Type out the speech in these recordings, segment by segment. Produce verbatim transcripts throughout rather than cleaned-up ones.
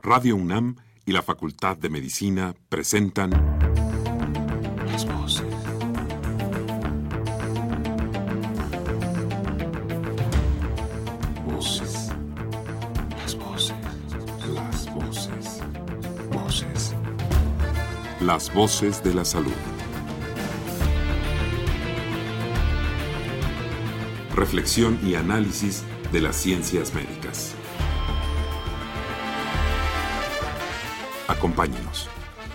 Radio UNAM y la Facultad de Medicina presentan Las Voces. Voces. Las voces. Las voces. Voces. Las voces de la salud. Reflexión y análisis de las ciencias médicas. Acompáñenos.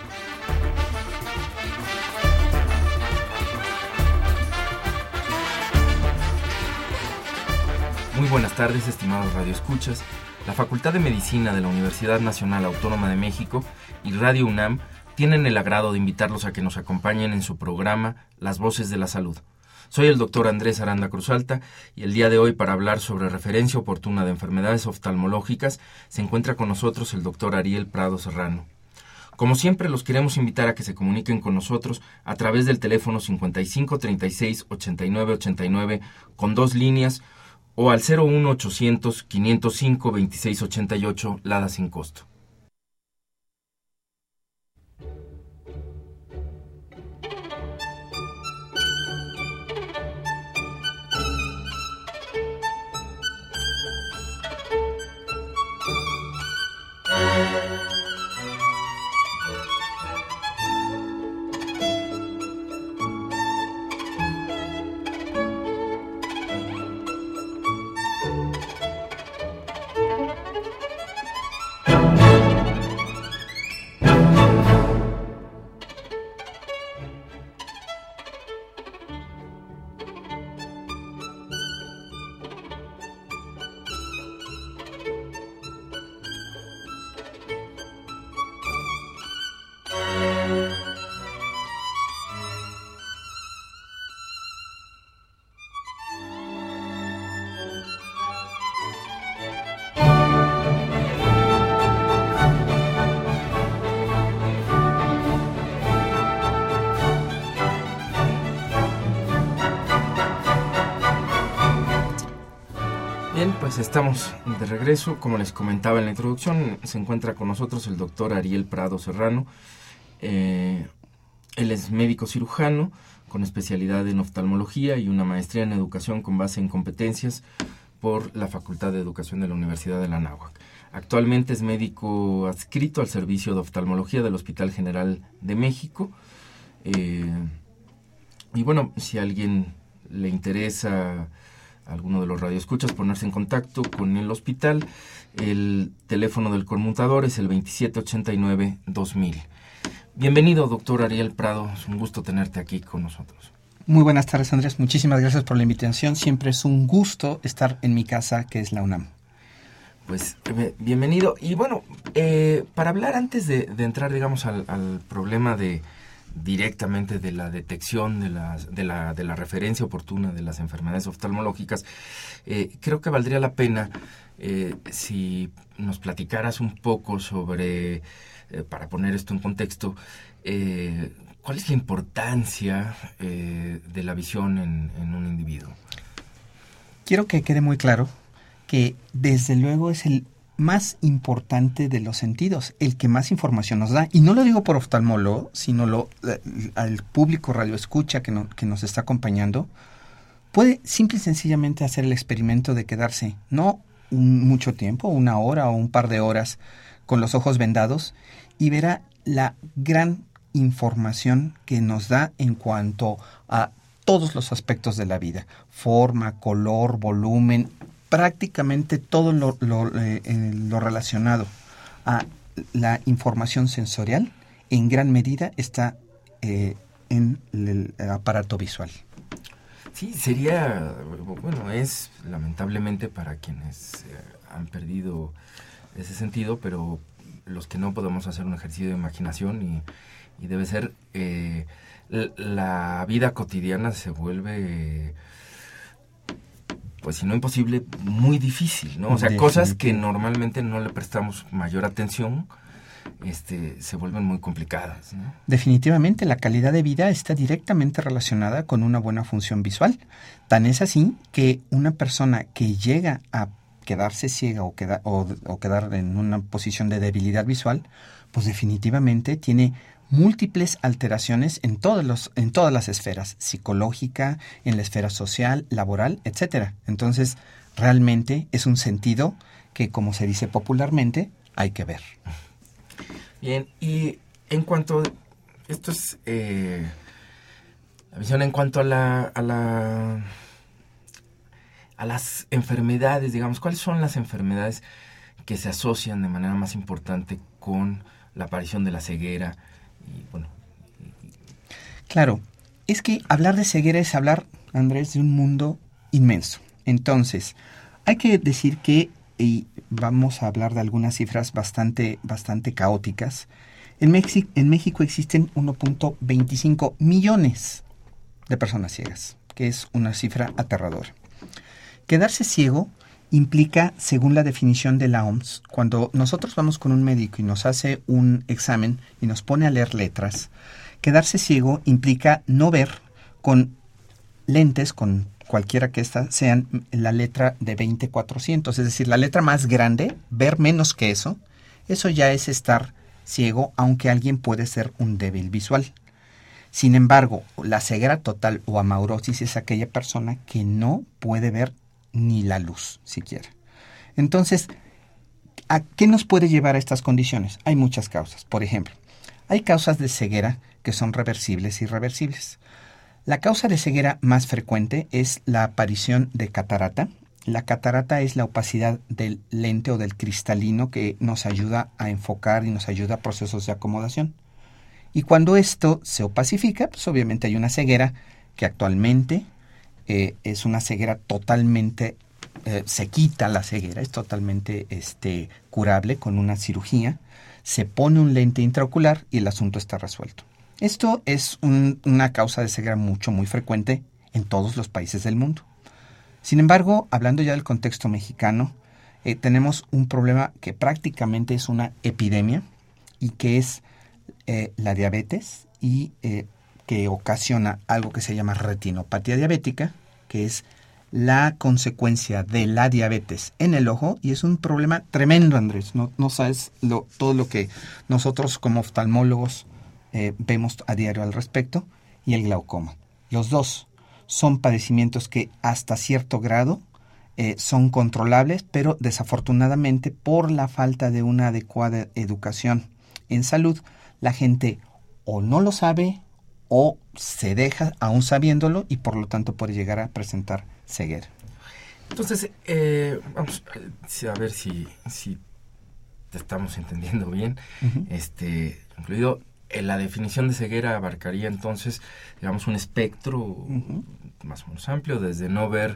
Muy buenas tardes, estimados radioescuchas. La Facultad de Medicina de la Universidad Nacional Autónoma de México y Radio UNAM tienen el agrado de invitarlos a que nos acompañen en su programa Las Voces de la Salud. Soy el doctor Andrés Aranda Cruzalta y el día de hoy, para hablar sobre referencia oportuna de enfermedades oftalmológicas, se encuentra con nosotros el doctor Ariel Prado Serrano. Como siempre, los queremos invitar a que se comuniquen con nosotros a través del teléfono cincuenta y cinco treinta y seis ochenta y nueve ochenta y nueve con dos líneas o al cero uno ochocientos quinientos cinco veintiséis ochenta y ocho, Lada sin costo. Bien, pues estamos de regreso. Como les comentaba en la introducción, se encuentra con nosotros el doctor Ariel Prado Serrano. Eh, él es médico cirujano con especialidad en oftalmología y una maestría en educación con base en competencias por la Facultad de Educación de la Universidad de la Anáhuac. Actualmente es médico adscrito al Servicio de Oftalmología del Hospital General de México. Eh, y bueno, si a alguien le interesa, alguno de los radioescuchas, ponerse en contacto con el hospital, el teléfono del conmutador es el veintisiete ochenta y nueve dos mil. Bienvenido, doctor Ariel Prado, es un gusto tenerte aquí con nosotros. Muy buenas tardes, Andrés, muchísimas gracias por la invitación. Siempre es un gusto estar en mi casa, que es la UNAM. Pues eh, bienvenido. Y bueno, eh, para hablar antes de, de entrar, digamos, al, al problema de directamente de la detección, de la, de la, de la referencia oportuna de las enfermedades oftalmológicas, eh, creo que valdría la pena eh, si nos platicaras un poco sobre, eh, para poner esto en contexto, eh, ¿cuál es la importancia eh, de la visión en, en un individuo? Quiero que quede muy claro que desde luego es el más importante de los sentidos, el que más información nos da. Y no lo digo por oftalmólogo, sino lo, al público radioescucha que, no, que nos está acompañando, puede simple y sencillamente hacer el experimento de quedarse no un, mucho tiempo, una hora o un par de horas con los ojos vendados, y verá la gran información que nos da en cuanto a todos los aspectos de la vida: forma, color, volumen, prácticamente todo lo, lo, eh, lo relacionado a la información sensorial en gran medida está eh, en el aparato visual. Sí, sería, bueno, es lamentablemente para quienes eh, han perdido ese sentido, pero los que no podemos hacer un ejercicio de imaginación y, y debe ser, eh, la vida cotidiana se vuelve, pues si no imposible, muy difícil, ¿no? O sea, cosas que normalmente no le prestamos mayor atención, este, se vuelven muy complicadas, ¿no? Definitivamente, la calidad de vida está directamente relacionada con una buena función visual. Tan es así que una persona que llega a quedarse ciega o, queda, o, o quedar en una posición de debilidad visual, pues definitivamente tiene múltiples alteraciones en, todos los, en todas las esferas, psicológica, en la esfera social, laboral, etcétera. Entonces, realmente es un sentido que, como se dice popularmente, hay que ver. Bien, y en cuanto, esto es eh, la visión en cuanto a la, a la, a las enfermedades, digamos, ¿cuáles son las enfermedades que se asocian de manera más importante con la aparición de la ceguera? Y bueno, claro, es que hablar de ceguera es hablar, Andrés, de un mundo inmenso. Entonces, hay que decir que, y vamos a hablar de algunas cifras bastante, bastante caóticas, en, Mexi- en México existen uno punto veinticinco millones de personas ciegas, que es una cifra aterradora. Quedarse ciego implica, según la definición de la O M S, cuando nosotros vamos con un médico y nos hace un examen y nos pone a leer letras, quedarse ciego implica no ver con lentes, con cualquiera que ésta sean la letra de veinte cuatrocientos, es decir, la letra más grande, ver menos que eso, eso ya es estar ciego, aunque alguien puede ser un débil visual. Sin embargo, la ceguera total o amaurosis es aquella persona que no puede ver ni la luz siquiera. Entonces, ¿a qué nos puede llevar a estas condiciones? Hay muchas causas. Por ejemplo, hay causas de ceguera que son reversibles y irreversibles. La causa de ceguera más frecuente es la aparición de catarata. La catarata es la opacidad del lente o del cristalino que nos ayuda a enfocar y nos ayuda a procesos de acomodación. Y cuando esto se opacifica, pues obviamente hay una ceguera que actualmente eh, es una ceguera totalmente, eh, se quita la ceguera, es totalmente este, curable con una cirugía, se pone un lente intraocular y el asunto está resuelto. Esto es un, una causa de ceguera mucho, muy frecuente en todos los países del mundo. Sin embargo, hablando ya del contexto mexicano, eh, tenemos un problema que prácticamente es una epidemia y que es eh, la diabetes y eh, que ocasiona algo que se llama retinopatía diabética, que es la consecuencia de la diabetes en el ojo, y es un problema tremendo, Andrés. No, no sabes lo, todo lo que nosotros como oftalmólogos eh, vemos a diario al respecto, y el glaucoma. Los dos son padecimientos que hasta cierto grado eh, son controlables, pero desafortunadamente por la falta de una adecuada educación en salud, la gente o no lo sabe o se deja aún sabiéndolo y por lo tanto puede llegar a presentar ceguera. Entonces, eh, vamos a ver si, si te estamos entendiendo bien. Uh-huh. Este, incluido en la definición de ceguera abarcaría entonces, digamos, un espectro uh-huh. más o menos amplio, desde no ver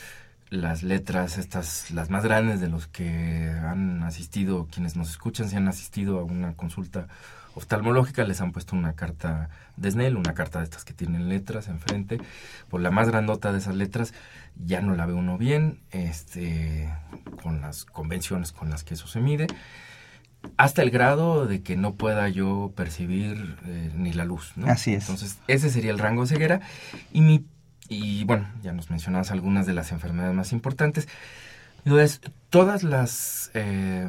las letras, estas, las más grandes de los que han asistido, quienes nos escuchan, si han asistido a una consulta oftalmológica, les han puesto una carta de Snell, una carta de estas que tienen letras enfrente. Por la más grandota de esas letras ya no la ve uno bien, este, con las convenciones con las que eso se mide, hasta el grado de que no pueda yo percibir eh, ni la luz, ¿no? Así es. Entonces, ese sería el rango de ceguera. Y, mi, y bueno, ya nos mencionabas algunas de las enfermedades más importantes. Entonces, todas las... Eh,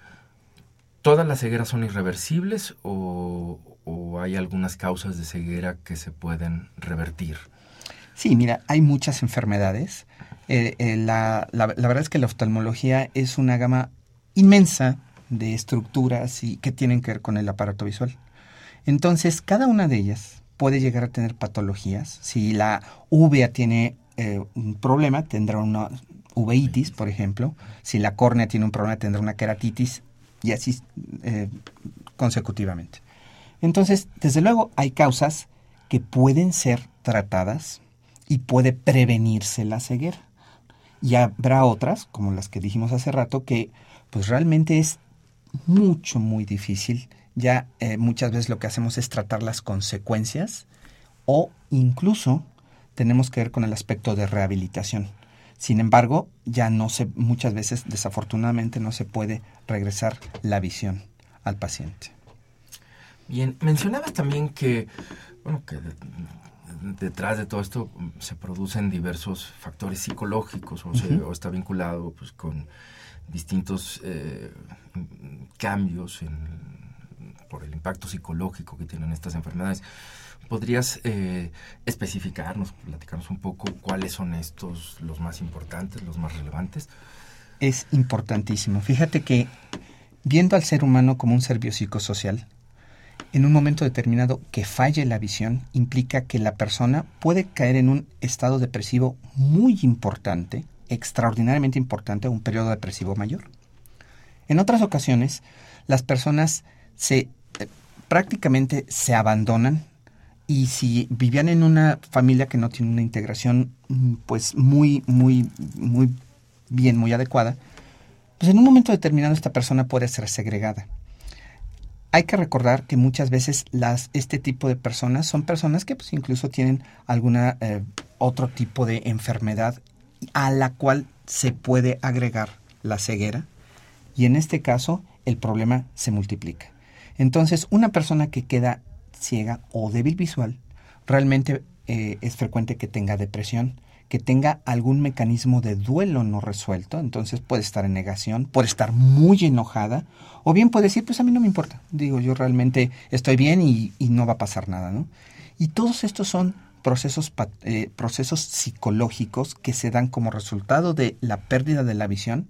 ¿Todas las cegueras son irreversibles o, o hay algunas causas de ceguera que se pueden revertir? Sí, mira, hay muchas enfermedades. Eh, eh, la, la, la verdad es que la oftalmología es una gama inmensa de estructuras y que tienen que ver con el aparato visual. Entonces, cada una de ellas puede llegar a tener patologías. Si la uvea tiene eh, un problema, tendrá una uveitis, por ejemplo. Si la córnea tiene un problema, tendrá una queratitis, y así eh, consecutivamente. Entonces, desde luego, hay causas que pueden ser tratadas y puede prevenirse la ceguera. Y habrá otras, como las que dijimos hace rato, que pues realmente es mucho, muy difícil. Ya eh, muchas veces lo que hacemos es tratar las consecuencias o incluso tenemos que ver con el aspecto de rehabilitación. Sin embargo, ya no se, muchas veces, desafortunadamente, no se puede regresar la visión al paciente. Bien, mencionabas también que, bueno, que detrás de todo esto se producen diversos factores psicológicos, o, se, uh-huh. o está vinculado pues con distintos eh, cambios en, por el impacto psicológico que tienen estas enfermedades. ¿Podrías eh, especificarnos, platicarnos un poco cuáles son estos, los más importantes, los más relevantes? Es importantísimo. Fíjate que viendo al ser humano como un ser biopsicosocial, en un momento determinado que falle la visión implica que la persona puede caer en un estado depresivo muy importante, extraordinariamente importante, un periodo depresivo mayor. En otras ocasiones, las personas se eh, prácticamente se abandonan, y si vivían en una familia que no tiene una integración pues muy, muy, muy bien, muy adecuada, pues en un momento determinado esta persona puede ser segregada. Hay que recordar que muchas veces las, este tipo de personas son personas que pues, incluso tienen alguna eh, otro tipo de enfermedad a la cual se puede agregar la ceguera, y en este caso el problema se multiplica. Entonces, una persona que queda ciega o débil visual, realmente eh, es frecuente que tenga depresión, que tenga algún mecanismo de duelo no resuelto, entonces puede estar en negación, puede estar muy enojada, o bien puede decir, pues a mí no me importa, digo, yo realmente estoy bien y, y no va a pasar nada, ¿no? Y todos estos son procesos, eh, procesos psicológicos que se dan como resultado de la pérdida de la visión,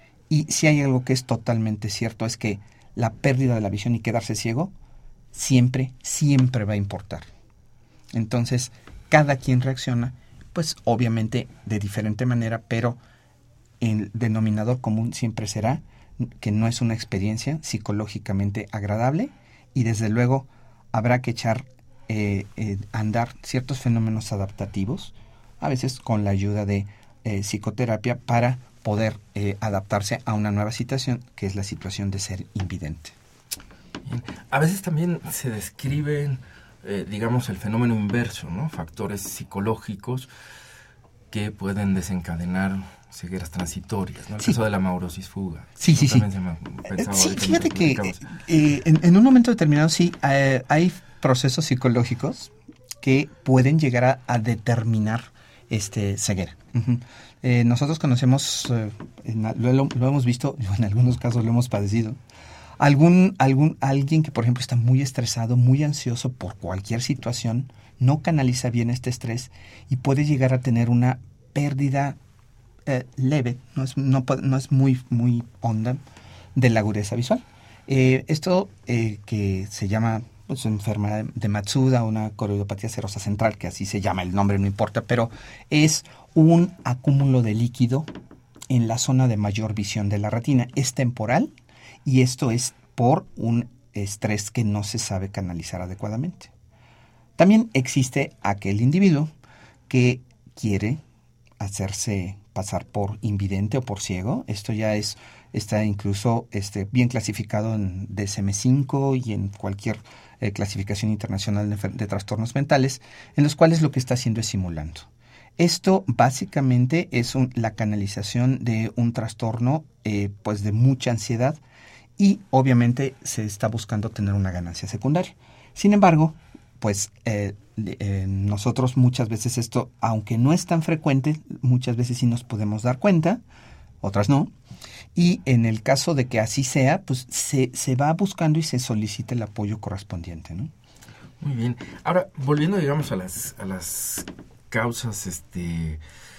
y si hay algo que es totalmente cierto, es que la pérdida de la visión y quedarse ciego siempre, siempre va a importar. Entonces, cada quien reacciona, pues obviamente de diferente manera, pero el denominador común siempre será que no es una experiencia psicológicamente agradable, y desde luego habrá que echar eh, eh, andar ciertos fenómenos adaptativos, a veces con la ayuda de eh, psicoterapia, para poder eh, adaptarse a una nueva situación, que es la situación de ser invidente. Bien. A veces también se describen, eh, digamos, el fenómeno inverso, ¿no? Factores psicológicos que pueden desencadenar cegueras transitorias, ¿no? El sí. caso de la maurosis fuga. Sí, sí, sí. Sí, fíjate que eh, en, en un momento determinado sí, eh, hay procesos psicológicos que pueden llegar a, a determinar este ceguera. Uh-huh. Eh, nosotros conocemos, eh, en, lo, lo, lo hemos visto, en algunos casos lo hemos padecido. Algún, algún, alguien que, por ejemplo, está muy estresado, muy ansioso por cualquier situación, no canaliza bien este estrés y puede llegar a tener una pérdida eh, leve, no es, no, no es muy, muy honda, de la agudeza visual. Eh, esto eh, que se llama pues, enfermedad de Matsuda, una coreopatía serosa central, que así se llama, el nombre no importa, pero es un acúmulo de líquido en la zona de mayor visión de la retina. Es temporal, y esto es por un estrés que no se sabe canalizar adecuadamente. También existe aquel individuo que quiere hacerse pasar por invidente o por ciego. Esto ya es está incluso este, bien clasificado en D S M cinco y en cualquier eh, clasificación internacional de, de trastornos mentales, en los cuales lo que está haciendo es simulando. Esto básicamente es un, la canalización de un trastorno eh, pues de mucha ansiedad, y obviamente se está buscando tener una ganancia secundaria. Sin embargo, pues eh, eh, nosotros muchas veces esto, aunque no es tan frecuente, muchas veces sí nos podemos dar cuenta, otras no. Y en el caso de que así sea, pues se, se va buscando y se solicita el apoyo correspondiente, ¿no? Muy bien. Ahora, volviendo, digamos, a las, a las causas, este...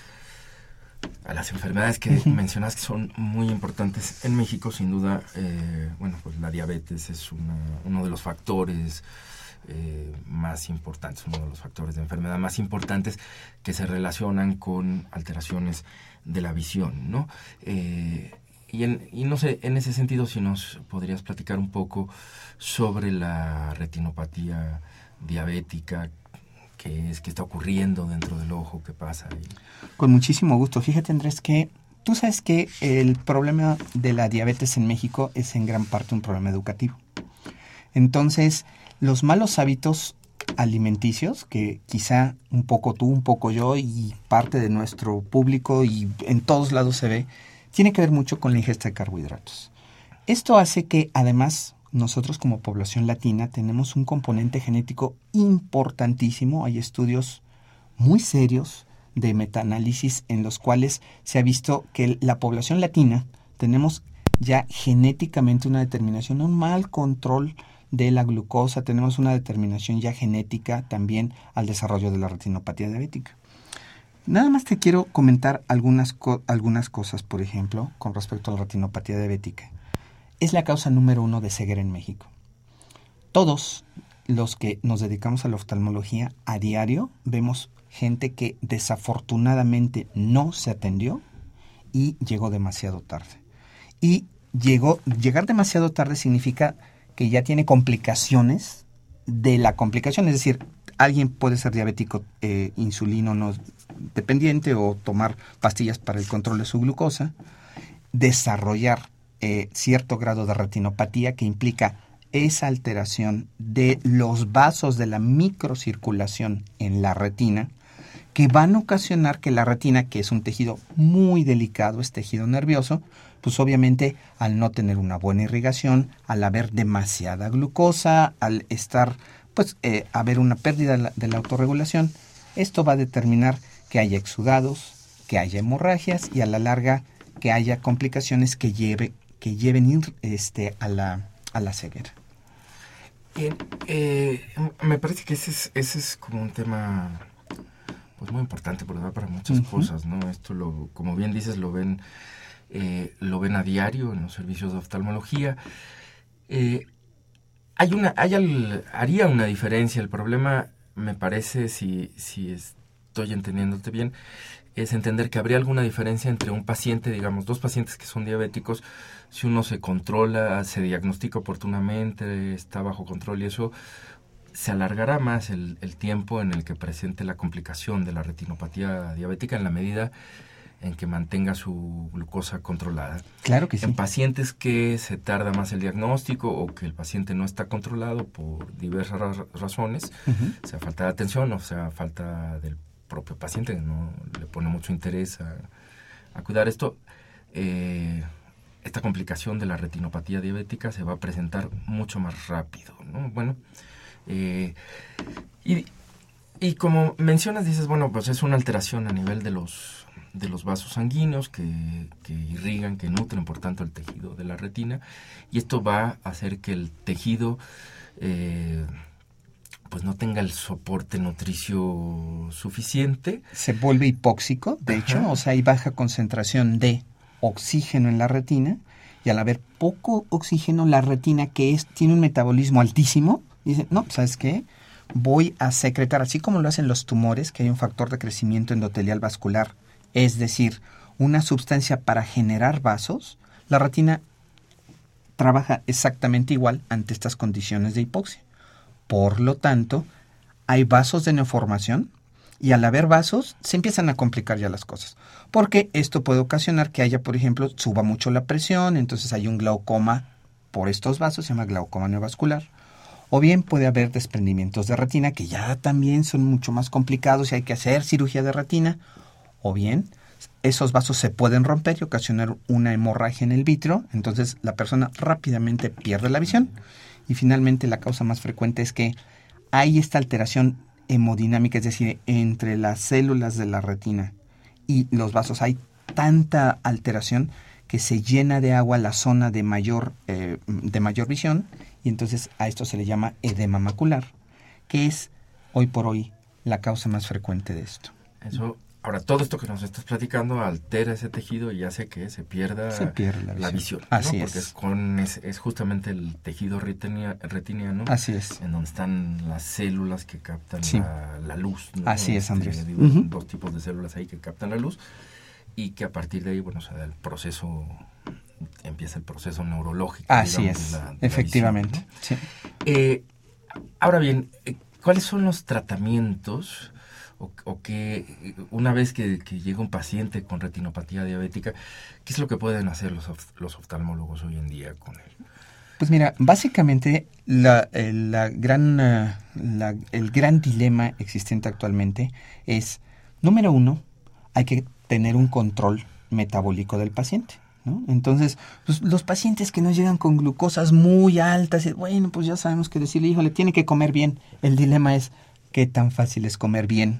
a las enfermedades que uh-huh. mencionas, que son muy importantes en México, sin duda, eh, bueno, pues la diabetes es una, uno de los factores eh, más importantes, uno de los factores de enfermedad más importantes que se relacionan con alteraciones de la visión, ¿no? Eh, y, en, y no sé, en ese sentido, si nos podrías platicar un poco sobre la retinopatía diabética, qué es, qué está ocurriendo dentro del ojo, qué pasa ahí. Con muchísimo gusto. Fíjate, Andrés, que tú sabes que el problema de la diabetes en México es en gran parte un problema educativo. Entonces, los malos hábitos alimenticios, que quizá un poco tú, un poco yo y parte de nuestro público y en todos lados se ve, tiene que ver mucho con la ingesta de carbohidratos. Esto hace que además nosotros como población latina tenemos un componente genético importantísimo. Hay estudios muy serios de metaanálisis en los cuales se ha visto que la población latina tenemos ya genéticamente una determinación, un mal control de la glucosa, tenemos una determinación ya genética también al desarrollo de la retinopatía diabética. Nada más te quiero comentar algunas, co- algunas cosas, por ejemplo, con respecto a la retinopatía diabética. Es la causa número uno de ceguera en México. Todos los que nos dedicamos a la oftalmología a diario vemos gente que desafortunadamente no se atendió y llegó demasiado tarde. Y llegó, llegar demasiado tarde significa que ya tiene complicaciones de la complicación, es decir, alguien puede ser diabético eh, insulino no dependiente o tomar pastillas para el control de su glucosa, desarrollar eh, cierto grado de retinopatía que implica esa alteración de los vasos de la microcirculación en la retina, que van a ocasionar que la retina, que es un tejido muy delicado, es tejido nervioso, pues obviamente al no tener una buena irrigación, al haber demasiada glucosa, al estar, pues, eh, haber una pérdida de la, de la autorregulación, esto va a determinar que haya exudados, que haya hemorragias y a la larga que haya complicaciones que lleve, que lleven ir, este, a la, a la ceguera. Bien, eh, me parece que ese es, ese es como un tema pues muy importante, porque da para muchas uh-huh. cosas, ¿no? Esto, lo, como bien dices, lo ven eh, lo ven a diario en los servicios de oftalmología. Eh, hay una, hay al, haría una diferencia. El problema, me parece, si, si estoy entendiéndote bien, es entender que habría alguna diferencia entre un paciente, digamos, dos pacientes que son diabéticos, si uno se controla, se diagnostica oportunamente, está bajo control y eso, se alargará más el, el tiempo en el que presente la complicación de la retinopatía diabética en la medida en que mantenga su glucosa controlada. Claro que sí. En pacientes que se tarda más el diagnóstico o que el paciente no está controlado por diversas ra- razones, uh-huh. sea falta de atención o sea falta del propio paciente, que no le pone mucho interés a, a cuidar esto, eh, esta complicación de la retinopatía diabética se va a presentar mucho más rápido, ¿no? Bueno, eh, y, y como mencionas, dices, bueno, pues es una alteración a nivel de los de los vasos sanguíneos que, que irrigan, que nutren por tanto el tejido de la retina, y esto va a hacer que el tejido eh, pues no tenga el soporte nutricio suficiente. Se vuelve hipóxico, de Ajá. hecho, o sea, hay baja concentración de oxígeno en la retina, y al haber poco oxígeno, la retina, que es tiene un metabolismo altísimo, dice, no, ¿sabes qué? Voy a secretar, así como lo hacen los tumores, que hay un factor de crecimiento endotelial vascular, es decir, una sustancia para generar vasos, la retina trabaja exactamente igual ante estas condiciones de hipoxia. Por lo tanto, hay vasos de neoformación y al haber vasos se empiezan a complicar ya las cosas. Porque esto puede ocasionar que haya, por ejemplo, suba mucho la presión, entonces hay un glaucoma por estos vasos, se llama glaucoma neovascular. O bien puede haber desprendimientos de retina que ya también son mucho más complicados y hay que hacer cirugía de retina. O bien, esos vasos se pueden romper y ocasionar una hemorragia en el vítreo, entonces la persona rápidamente pierde la visión. Y finalmente la causa más frecuente es que hay esta alteración hemodinámica, es decir, entre las células de la retina y los vasos hay tanta alteración que se llena de agua la zona de mayor, eh, de mayor visión, y entonces a esto se le llama edema macular, que es hoy por hoy la causa más frecuente de esto. Eso, ahora, todo esto que nos estás platicando altera ese tejido y hace que se pierda se pierde la visión. La visión, ¿no? Así Porque es. es, con, es, es justamente el tejido retinia, retiniano. Así es. En donde están las células que captan sí. la, la luz, ¿no? Así es, este, Andrés. Digo, uh-huh. Dos tipos de células ahí que captan la luz y que a partir de ahí, bueno, se da el proceso, empieza el proceso neurológico. Así digamos, es, de la, de efectivamente. La visión, ¿no? Sí. Eh, ahora bien, ¿cuáles son los tratamientos o, o que una vez que, que llega un paciente con retinopatía diabética, qué es lo que pueden hacer los, los oftalmólogos hoy en día con él? Pues mira, básicamente la, la gran, la, el gran dilema existente actualmente es, número uno, hay que tener un control metabólico del paciente, ¿no? Entonces, pues, los pacientes que nos llegan con glucosas muy altas, bueno, pues ya sabemos que decirle, híjole, tiene que comer bien. El dilema es, ¿qué tan fácil es comer bien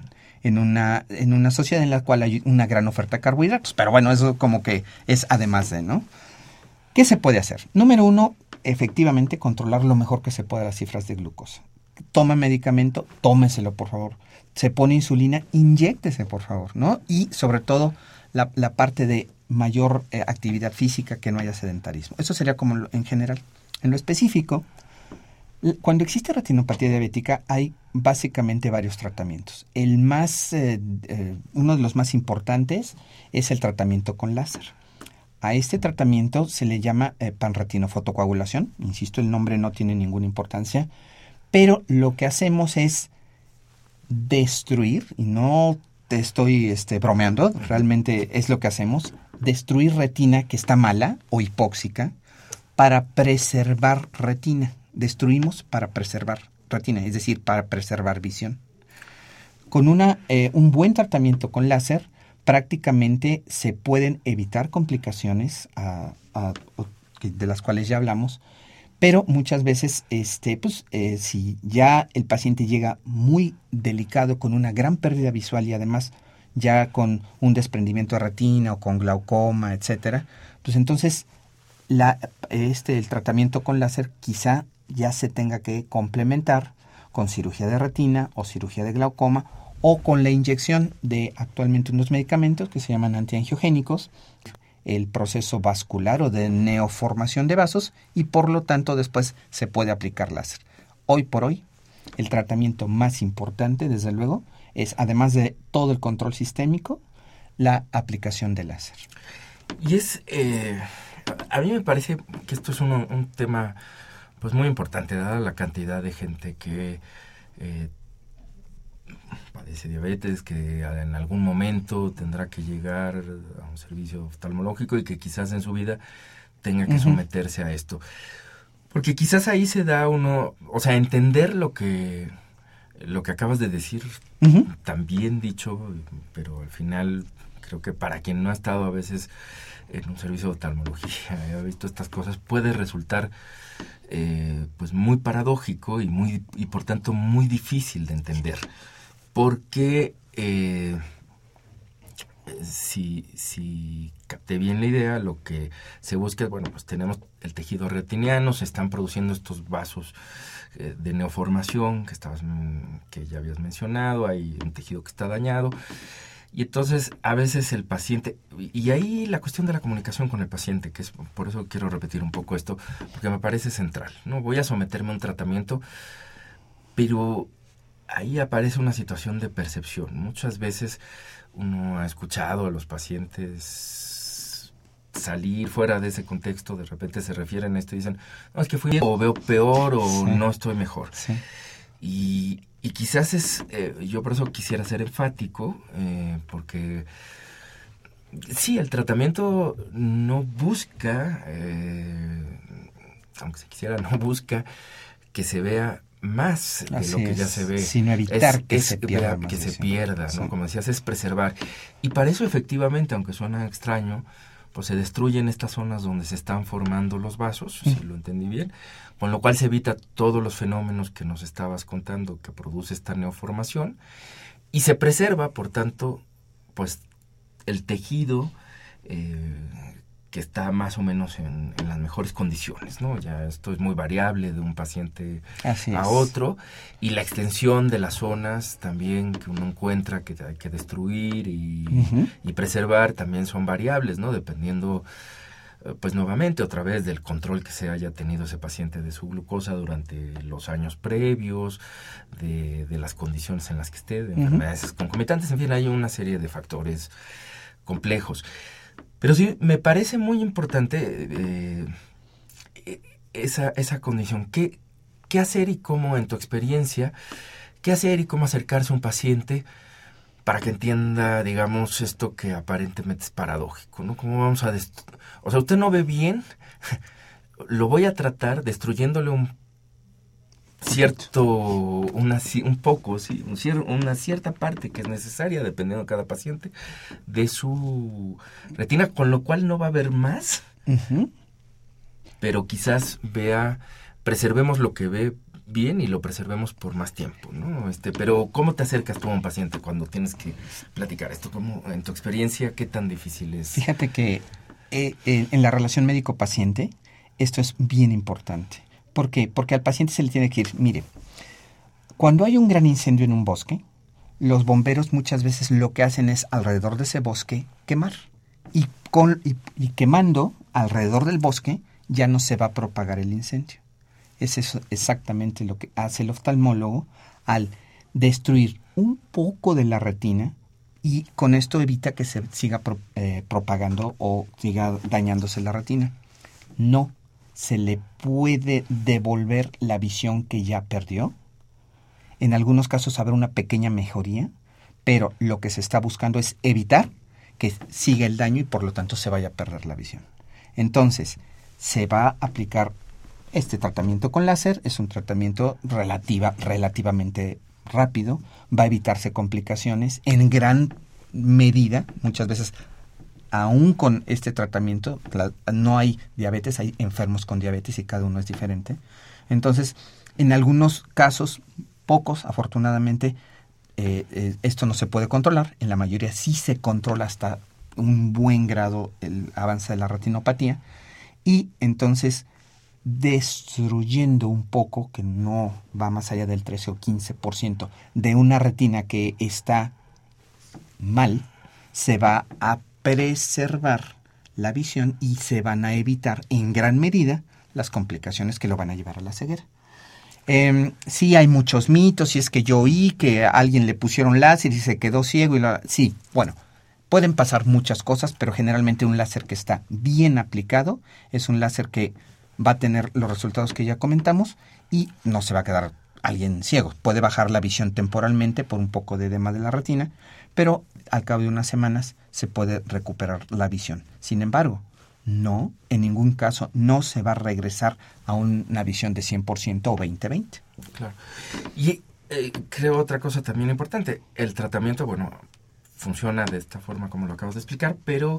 en una, en una sociedad en la cual hay una gran oferta de carbohidratos. Pero bueno, eso como que es además de, ¿no? ¿Qué se puede hacer? Número uno, efectivamente controlar lo mejor que se pueda las cifras de glucosa. Toma medicamento, tómeselo por favor. Se pone insulina, inyéctese por favor, ¿no? Y sobre todo la, la parte de mayor eh, actividad física, que no haya sedentarismo. Eso sería como lo, en general. En lo específico, cuando existe retinopatía diabética hay básicamente varios tratamientos. El más, eh, eh, uno de los más importantes es el tratamiento con láser. A este tratamiento se le llama eh, panretinofotocoagulación. Insisto, el nombre no tiene ninguna importancia, pero lo que hacemos es destruir, y no te estoy este, bromeando, realmente es lo que hacemos, destruir retina que está mala o hipóxica para preservar retina. Destruimos para preservar retina, es decir, para preservar visión. Con una, eh, un buen tratamiento con láser, prácticamente se pueden evitar complicaciones a, a, de las cuales ya hablamos, pero muchas veces, este, pues, eh, si ya el paciente llega muy delicado con una gran pérdida visual y además ya con un desprendimiento de retina o con glaucoma, etcétera, pues entonces la, este, el tratamiento con láser quizá ya se tenga que complementar con cirugía de retina o cirugía de glaucoma o con la inyección de actualmente unos medicamentos que se llaman antiangiogénicos, el proceso vascular o de neoformación de vasos y por lo tanto después se puede aplicar láser. Hoy por hoy, el tratamiento más importante, desde luego, es además de todo el control sistémico, la aplicación de láser. Y es, eh, a mí me parece que esto es un, un tema pues muy importante, dada la cantidad de gente que eh, padece diabetes, que en algún momento tendrá que llegar a un servicio oftalmológico y que quizás en su vida tenga que uh-huh. someterse a esto. Porque quizás ahí se da uno, o sea, entender lo que, lo que acabas de decir, uh-huh. también dicho, pero al final creo que para quien no ha estado a veces en un servicio de oftalmología y ha visto estas cosas, puede resultar eh, pues muy paradójico y, muy, y por tanto muy difícil de entender. Porque eh, si, si capté bien la idea, lo que se busca es, bueno, pues tenemos el tejido retiniano, se están produciendo estos vasos eh, de neoformación que, estabas, que ya habías mencionado, hay un tejido que está dañado, y entonces a veces el paciente, y ahí la cuestión de la comunicación con el paciente, que es por eso quiero repetir un poco esto, porque me parece central, ¿no? Voy a someterme a un tratamiento, pero ahí aparece una situación de percepción. Muchas veces uno ha escuchado a los pacientes salir fuera de ese contexto, de repente se refieren a esto y dicen, no, es que fui o veo peor o sí. no estoy mejor. Sí. Y, y quizás es, eh, yo por eso quisiera ser enfático, eh, porque sí, el tratamiento no busca, eh, aunque se quisiera, no busca que se vea más de Así lo que es, ya se ve, sino evitar es, que, es se pierda, que se sí. pierda, ¿no? Sí. Como decías, es preservar. Y para eso efectivamente, aunque suena extraño, pues se destruyen estas zonas donde se están formando los vasos, mm. si lo entendí bien, con lo cual se evita todos los fenómenos que nos estabas contando que produce esta neoformación, y se preserva, por tanto, pues el tejido eh, que está más o menos en, en las mejores condiciones, ¿no? Ya esto es muy variable de un paciente Así a es. otro, y la extensión de las zonas también que uno encuentra que hay que destruir y, uh-huh. y preservar también son variables, ¿no? Dependiendo, pues nuevamente, otra vez del control que se haya tenido ese paciente de su glucosa durante los años previos, de, de las condiciones en las que esté, de enfermedades uh-huh. concomitantes, en fin, hay una serie de factores complejos. Pero sí, me parece muy importante eh, esa, esa condición. ¿Qué, ¿Qué hacer y cómo, en tu experiencia, qué hacer y cómo acercarse a un paciente para que entienda, digamos, esto que aparentemente es paradójico, ¿no? ¿Cómo vamos a... Dest- o sea, usted no ve bien, lo voy a tratar destruyéndole un cierto, una, un poco, sí, un cier, una cierta parte que es necesaria, dependiendo de cada paciente, de su retina, con lo cual no va a ver más, uh-huh. pero quizás vea, preservemos lo que ve, bien y lo preservemos por más tiempo, ¿no? Este, pero ¿cómo te acercas tú a un paciente cuando tienes que platicar esto? ¿Cómo, en tu experiencia, qué tan difícil es? Fíjate que eh, eh, en la relación médico-paciente esto es bien importante. ¿Por qué? Porque al paciente se le tiene que ir, mire, cuando hay un gran incendio en un bosque, los bomberos muchas veces lo que hacen es alrededor de ese bosque quemar. Y, con, y, y quemando alrededor del bosque ya no se va a propagar el incendio. Es eso exactamente lo que hace el oftalmólogo al destruir un poco de la retina y con esto evita que se siga pro, eh, propagando o siga dañándose la retina. No se le puede devolver la visión que ya perdió. En algunos casos habrá una pequeña mejoría, pero lo que se está buscando es evitar que siga el daño y por lo tanto se vaya a perder la visión. Entonces, se va a aplicar este tratamiento con láser, es un tratamiento relativa, relativamente rápido, va a evitarse complicaciones en gran medida, muchas veces aún con este tratamiento la, no hay diabetes, hay enfermos con diabetes y cada uno es diferente. Entonces, en algunos casos, pocos afortunadamente, eh, eh, esto no se puede controlar, en la mayoría sí se controla hasta un buen grado el avance de la retinopatía y entonces destruyendo un poco, que no va más allá del trece o quince por ciento de una retina que está mal, se va a preservar la visión y se van a evitar en gran medida las complicaciones que lo van a llevar a la ceguera. Eh, sí hay muchos mitos, y es que yo oí que a alguien le pusieron láser y se quedó ciego. Y la, sí, bueno, pueden pasar muchas cosas, pero generalmente un láser que está bien aplicado es un láser que va a tener los resultados que ya comentamos y no se va a quedar alguien ciego. Puede bajar la visión temporalmente por un poco de edema de la retina, pero al cabo de unas semanas se puede recuperar la visión. Sin embargo, no, en ningún caso no se va a regresar a una visión de cien por ciento o veinte veinte. Claro. Y eh, creo otra cosa también importante, el tratamiento, bueno, funciona de esta forma como lo acabas de explicar, pero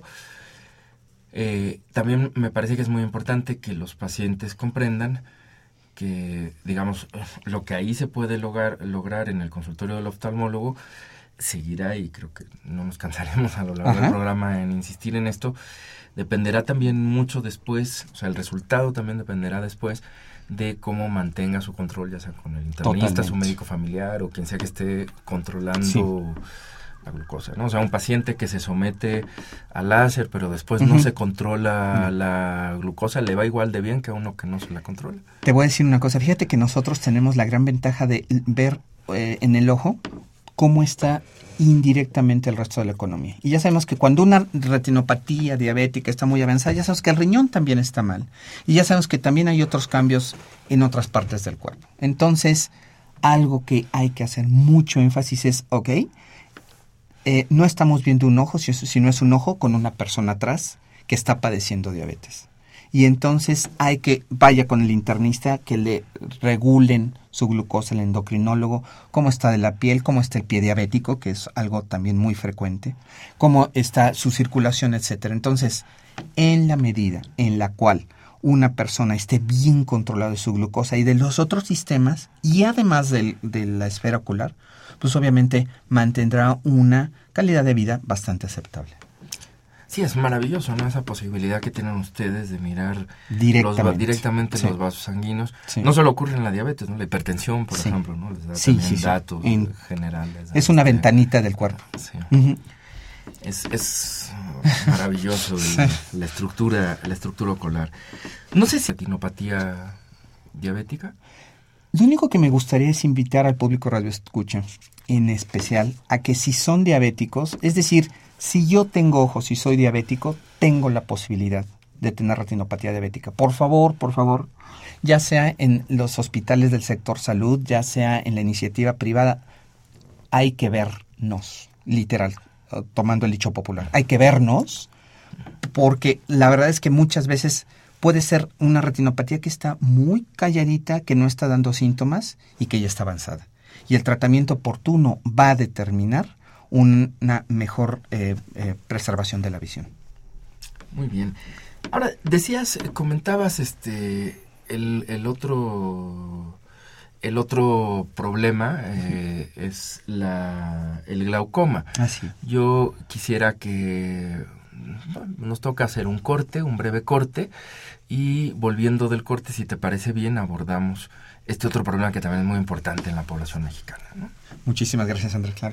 eh, también me parece que es muy importante que los pacientes comprendan que, digamos, lo que ahí se puede lograr, lograr en el consultorio del oftalmólogo seguirá, y creo que no nos cansaremos a lo largo Ajá. del programa en insistir en esto, dependerá también mucho después, o sea, el resultado también dependerá después de cómo mantenga su control, ya sea con el internista, Totalmente. Su médico familiar o quien sea que esté controlando sí. la glucosa, ¿no? O sea, un paciente que se somete al láser, pero después uh-huh. no se controla uh-huh. la glucosa, le va igual de bien que a uno que no se la controla. Te voy a decir una cosa, fíjate que nosotros tenemos la gran ventaja de ver eh, en el ojo cómo está indirectamente el resto de la economía. Y ya sabemos que cuando una retinopatía diabética está muy avanzada, ya sabemos que el riñón también está mal. Y ya sabemos que también hay otros cambios en otras partes del cuerpo. Entonces, algo que hay que hacer mucho énfasis es, ok, eh, no estamos viendo un ojo, si, si no es un ojo, con una persona atrás que está padeciendo diabetes. Y entonces hay que, vaya con el internista, que le regulen su glucosa, el endocrinólogo, cómo está de la piel, cómo está el pie diabético, que es algo también muy frecuente, cómo está su circulación, etcétera. Entonces, en la medida en la cual una persona esté bien controlada de su glucosa y de los otros sistemas, y además de, de la esfera ocular, pues obviamente mantendrá una calidad de vida bastante aceptable. Sí, es maravilloso, ¿no? Esa posibilidad que tienen ustedes de mirar directamente los, directamente sí. los vasos sanguíneos. Sí. No solo ocurre en la diabetes, ¿no? La hipertensión, por sí. ejemplo, ¿no? Les da sí, también sí, datos sí. En, generales. Es una ventanita del cuerpo. Sí. Uh-huh. Es, es maravilloso el, sí. la estructura, la estructura ocular. No sé si retinopatía diabética. Lo único que me gustaría es invitar al público radioescucha, en especial, a que si son diabéticos, es decir, si yo tengo ojos y soy diabético, tengo la posibilidad de tener retinopatía diabética. Por favor, por favor, ya sea en los hospitales del sector salud, ya sea en la iniciativa privada, hay que vernos, literal, tomando el dicho popular. Hay que vernos, porque la verdad es que muchas veces puede ser una retinopatía que está muy calladita, que no está dando síntomas y que ya está avanzada. Y el tratamiento oportuno va a determinar una mejor eh, eh, preservación de la visión. Muy bien. Ahora, decías, comentabas este el, el otro el otro problema eh, es la, el glaucoma. Ah, sí. Yo quisiera que bueno, nos toca hacer un corte, un breve corte, y volviendo del corte, si te parece bien, abordamos este otro problema que también es muy importante en la población mexicana, ¿no? Muchísimas gracias, Andrés, claro.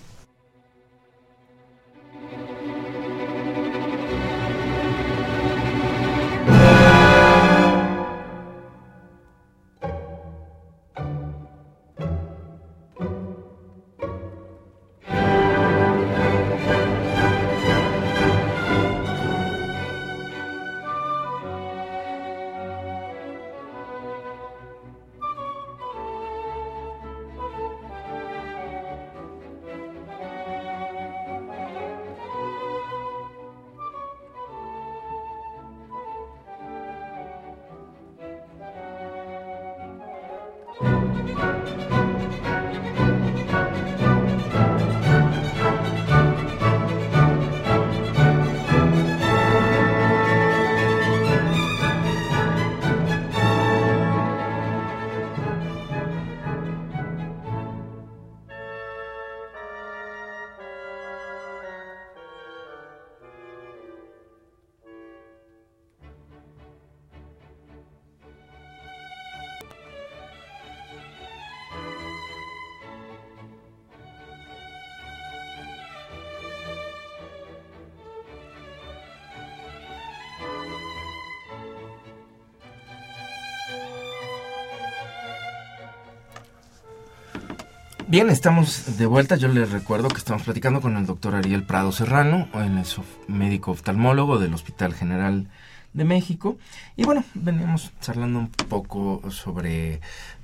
Bien, estamos de vuelta. Yo les recuerdo que estamos platicando con el doctor Ariel Prado Serrano, él es médico oftalmólogo del Hospital General de México. Y bueno, veníamos charlando un poco sobre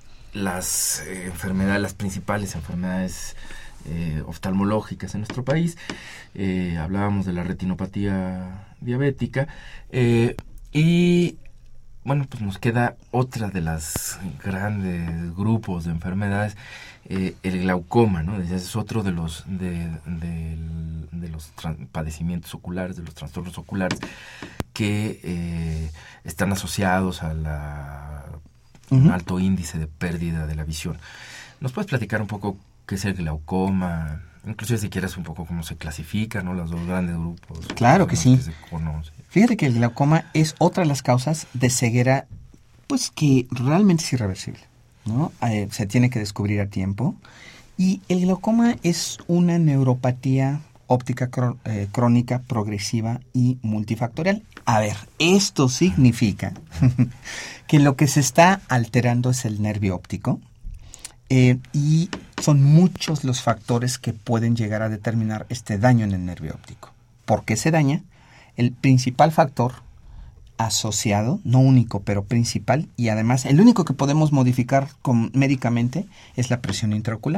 las eh, enfermedades, las principales enfermedades eh, oftalmológicas en nuestro país. Eh, hablábamos de la retinopatía diabética eh, y bueno, pues nos queda otra de las grandes grupos de enfermedades, eh, el glaucoma, ¿no? Ese es otro de los de, de, de los padecimientos oculares, de los trastornos oculares que eh, están asociados a la, uh-huh. un alto índice de pérdida de la visión. ¿Nos puedes platicar un poco qué es el glaucoma? Inclusive si quieres un poco cómo se clasifica, ¿no? Los dos grandes grupos. Claro que sí. Que se conoce. Fíjate que el glaucoma es otra de las causas de ceguera, pues que realmente es irreversible, ¿no? Eh, se tiene que descubrir a tiempo. Y el glaucoma es una neuropatía óptica cr- eh, crónica, progresiva y multifactorial. A ver, esto significa que lo que se está alterando es el nervio óptico. Eh, y son muchos los factores que pueden llegar a determinar este daño en el nervio óptico. ¿Por qué se daña? El principal factor asociado, no único, pero principal, y además el único que podemos modificar con, médicamente, es la presión intraocular.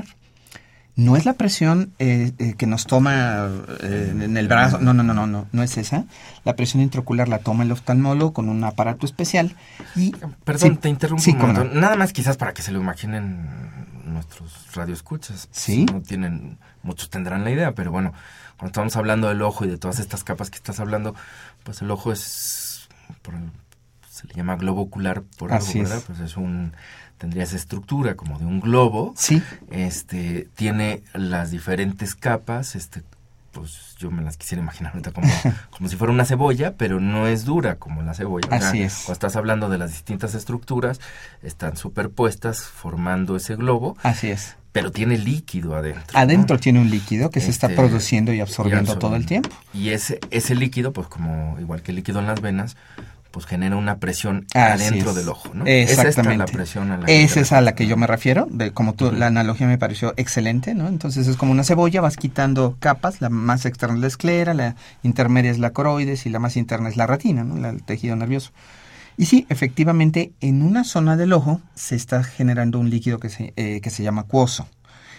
No es la presión eh, eh, que nos toma eh, en el brazo, no, no, no, no, no, no es esa. La presión intraocular la toma el oftalmólogo con un aparato especial y... Perdón, sí, te interrumpo sí, un momento. no. Nada más quizás para que se lo imaginen nuestros radioescuchas. Sí. No tienen, muchos tendrán la idea, pero bueno, cuando estamos hablando del ojo y de todas estas capas que estás hablando, pues el ojo es, por el, se le llama globo ocular por algo, Así ¿verdad? es. Pues es un... tendría esa estructura como de un globo. Sí. Este, tiene las diferentes capas, este, pues yo me las quisiera imaginar ahorita como, como si fuera una cebolla, pero no es dura como la cebolla. Así o sea, es. Cuando estás hablando de las distintas estructuras, están superpuestas formando ese globo. Así es. Pero tiene líquido adentro. Adentro, ¿no? Tiene un líquido que este, se está produciendo y absorbiendo y todo el tiempo. Y ese, ese líquido, pues como igual que el líquido en las venas, pues genera una presión Así adentro es. del ojo, ¿no? Exactamente. Es esta la presión a la que es esa a la que yo me refiero, de como tú, uh-huh. La analogía me pareció excelente, ¿no? Entonces es como una cebolla, vas quitando capas, la más externa es la esclera, la intermedia es la coroides y la más interna es la retina, ¿no? La, el tejido nervioso. Y sí, efectivamente, en una zona del ojo se está generando un líquido que se, eh, que se llama acuoso.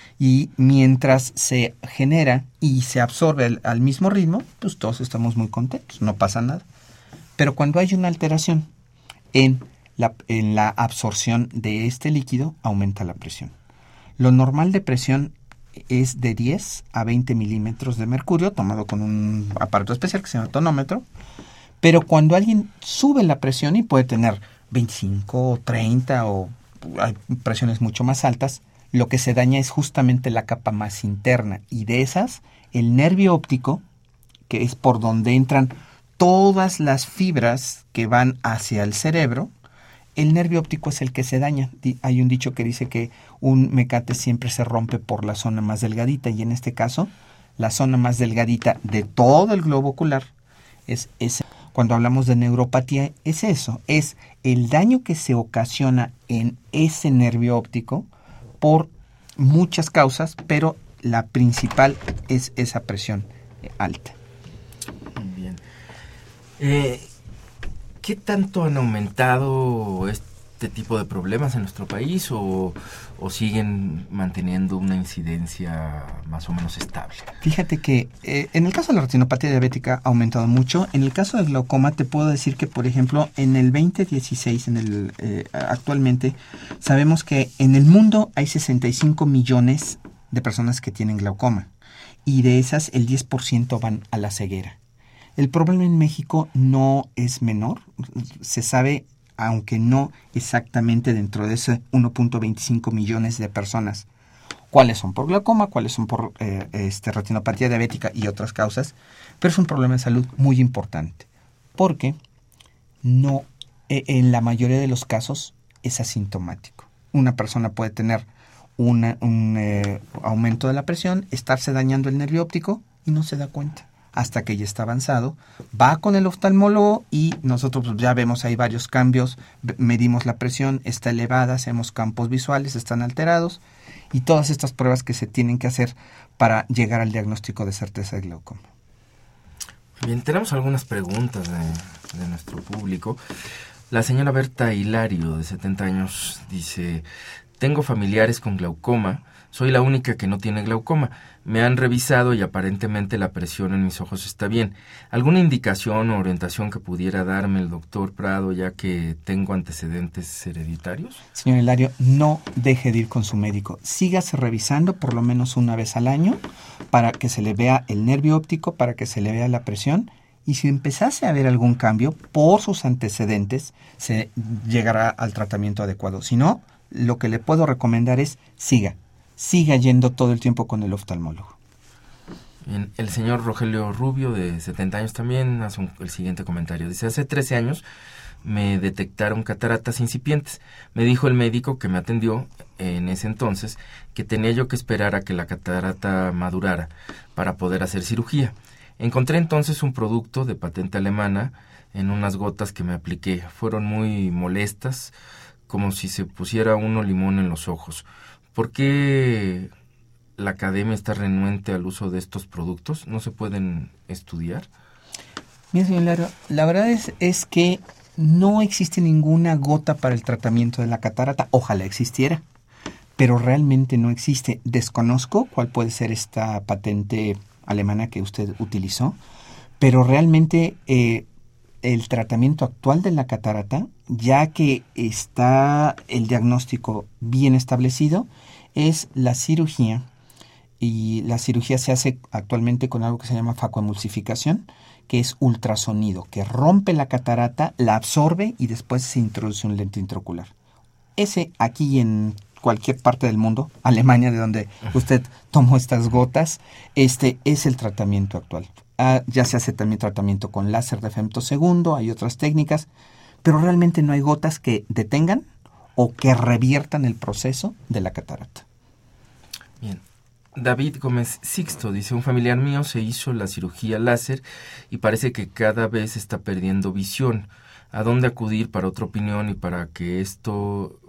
Y mientras se genera y se absorbe al, al mismo ritmo, pues todos estamos muy contentos, no pasa nada. Pero cuando hay una alteración en la, en la absorción de este líquido, aumenta la presión. Lo normal de presión es de diez a veinte milímetros de mercurio, tomado con un aparato especial que se llama tonómetro. Pero cuando alguien sube la presión y puede tener veinticinco, treinta o hay presiones mucho más altas, lo que se daña es justamente la capa más interna, y de esas, el nervio óptico, que es por donde entran todas las fibras que van hacia el cerebro, el nervio óptico es el que se daña. Hay un dicho que dice que un mecate siempre se rompe por la zona más delgadita, y en este caso, la zona más delgadita de todo el globo ocular es ese. Cuando hablamos de neuropatía, es eso, es el daño que se ocasiona en ese nervio óptico por muchas causas, pero la principal es esa presión alta. Bien. Eh, ¿Qué tanto han aumentado este tipo de problemas en nuestro país o, o siguen manteniendo una incidencia más o menos estable? Fíjate que eh, en el caso de la retinopatía diabética ha aumentado mucho. En el caso del glaucoma te puedo decir que, por ejemplo, en el veinte dieciséis, en el, eh, actualmente, sabemos que en el mundo hay sesenta y cinco millones de personas que tienen glaucoma, y de esas el diez por ciento van a la ceguera. El problema en México no es menor, se sabe, aunque no exactamente dentro de ese uno punto veinticinco millones de personas, cuáles son por glaucoma, cuáles son por eh, este, retinopatía diabética y otras causas, pero es un problema de salud muy importante, porque no, eh, en la mayoría de los casos es asintomático. Una persona puede tener una, un eh, aumento de la presión, estarse dañando el nervio óptico y no se da cuenta. Hasta que ya está avanzado, va con el oftalmólogo y nosotros ya vemos ahí varios cambios, medimos la presión, está elevada, hacemos campos visuales, están alterados, y todas estas pruebas que se tienen que hacer para llegar al diagnóstico de certeza de glaucoma. Bien, tenemos algunas preguntas de, de nuestro público. La señora Berta Hilario, de setenta años, dice: tengo familiares con glaucoma, soy la única que no tiene glaucoma. Me han revisado y aparentemente la presión en mis ojos está bien. ¿Alguna indicación o orientación que pudiera darme el doctor Prado, ya que tengo antecedentes hereditarios? Señor Hilario, no deje de ir con su médico. Sígase revisando por lo menos una vez al año para que se le vea el nervio óptico, para que se le vea la presión. Y si empezase a haber algún cambio por sus antecedentes, se llegará al tratamiento adecuado. Si no, lo que le puedo recomendar es siga. Siga yendo todo el tiempo con el oftalmólogo. Bien, el señor Rogelio Rubio, de setenta años, también hace un, el siguiente comentario. Dice: hace trece años me detectaron cataratas incipientes. Me dijo el médico que me atendió en ese entonces que tenía yo que esperar a que la catarata madurara para poder hacer cirugía. Encontré entonces un producto de patente alemana en unas gotas que me apliqué. Fueron muy molestas, como si se pusiera uno limón en los ojos. ¿Por qué la academia está renuente al uso de estos productos? ¿No se pueden estudiar? Mira, señor Hilario, la verdad es, es que no existe ninguna gota para el tratamiento de la catarata. Ojalá existiera, pero realmente no existe. Desconozco cuál puede ser esta patente alemana que usted utilizó, pero realmente eh, el tratamiento actual de la catarata, ya que está el diagnóstico bien establecido, es la cirugía, y la cirugía se hace actualmente con algo que se llama facoemulsificación, que es ultrasonido, que rompe la catarata, la absorbe y después se introduce un lente intraocular. Ese aquí en cualquier parte del mundo, Alemania, de donde usted tomó estas gotas, este es el tratamiento actual. Ah, ya se hace también tratamiento con láser de femtosegundo, hay otras técnicas, pero realmente no hay gotas que detengan o que reviertan el proceso de la catarata. Bien. David Gómez Sixto dice: un familiar mío se hizo la cirugía láser y parece que cada vez está perdiendo visión. ¿A dónde acudir para otra opinión y para que esto...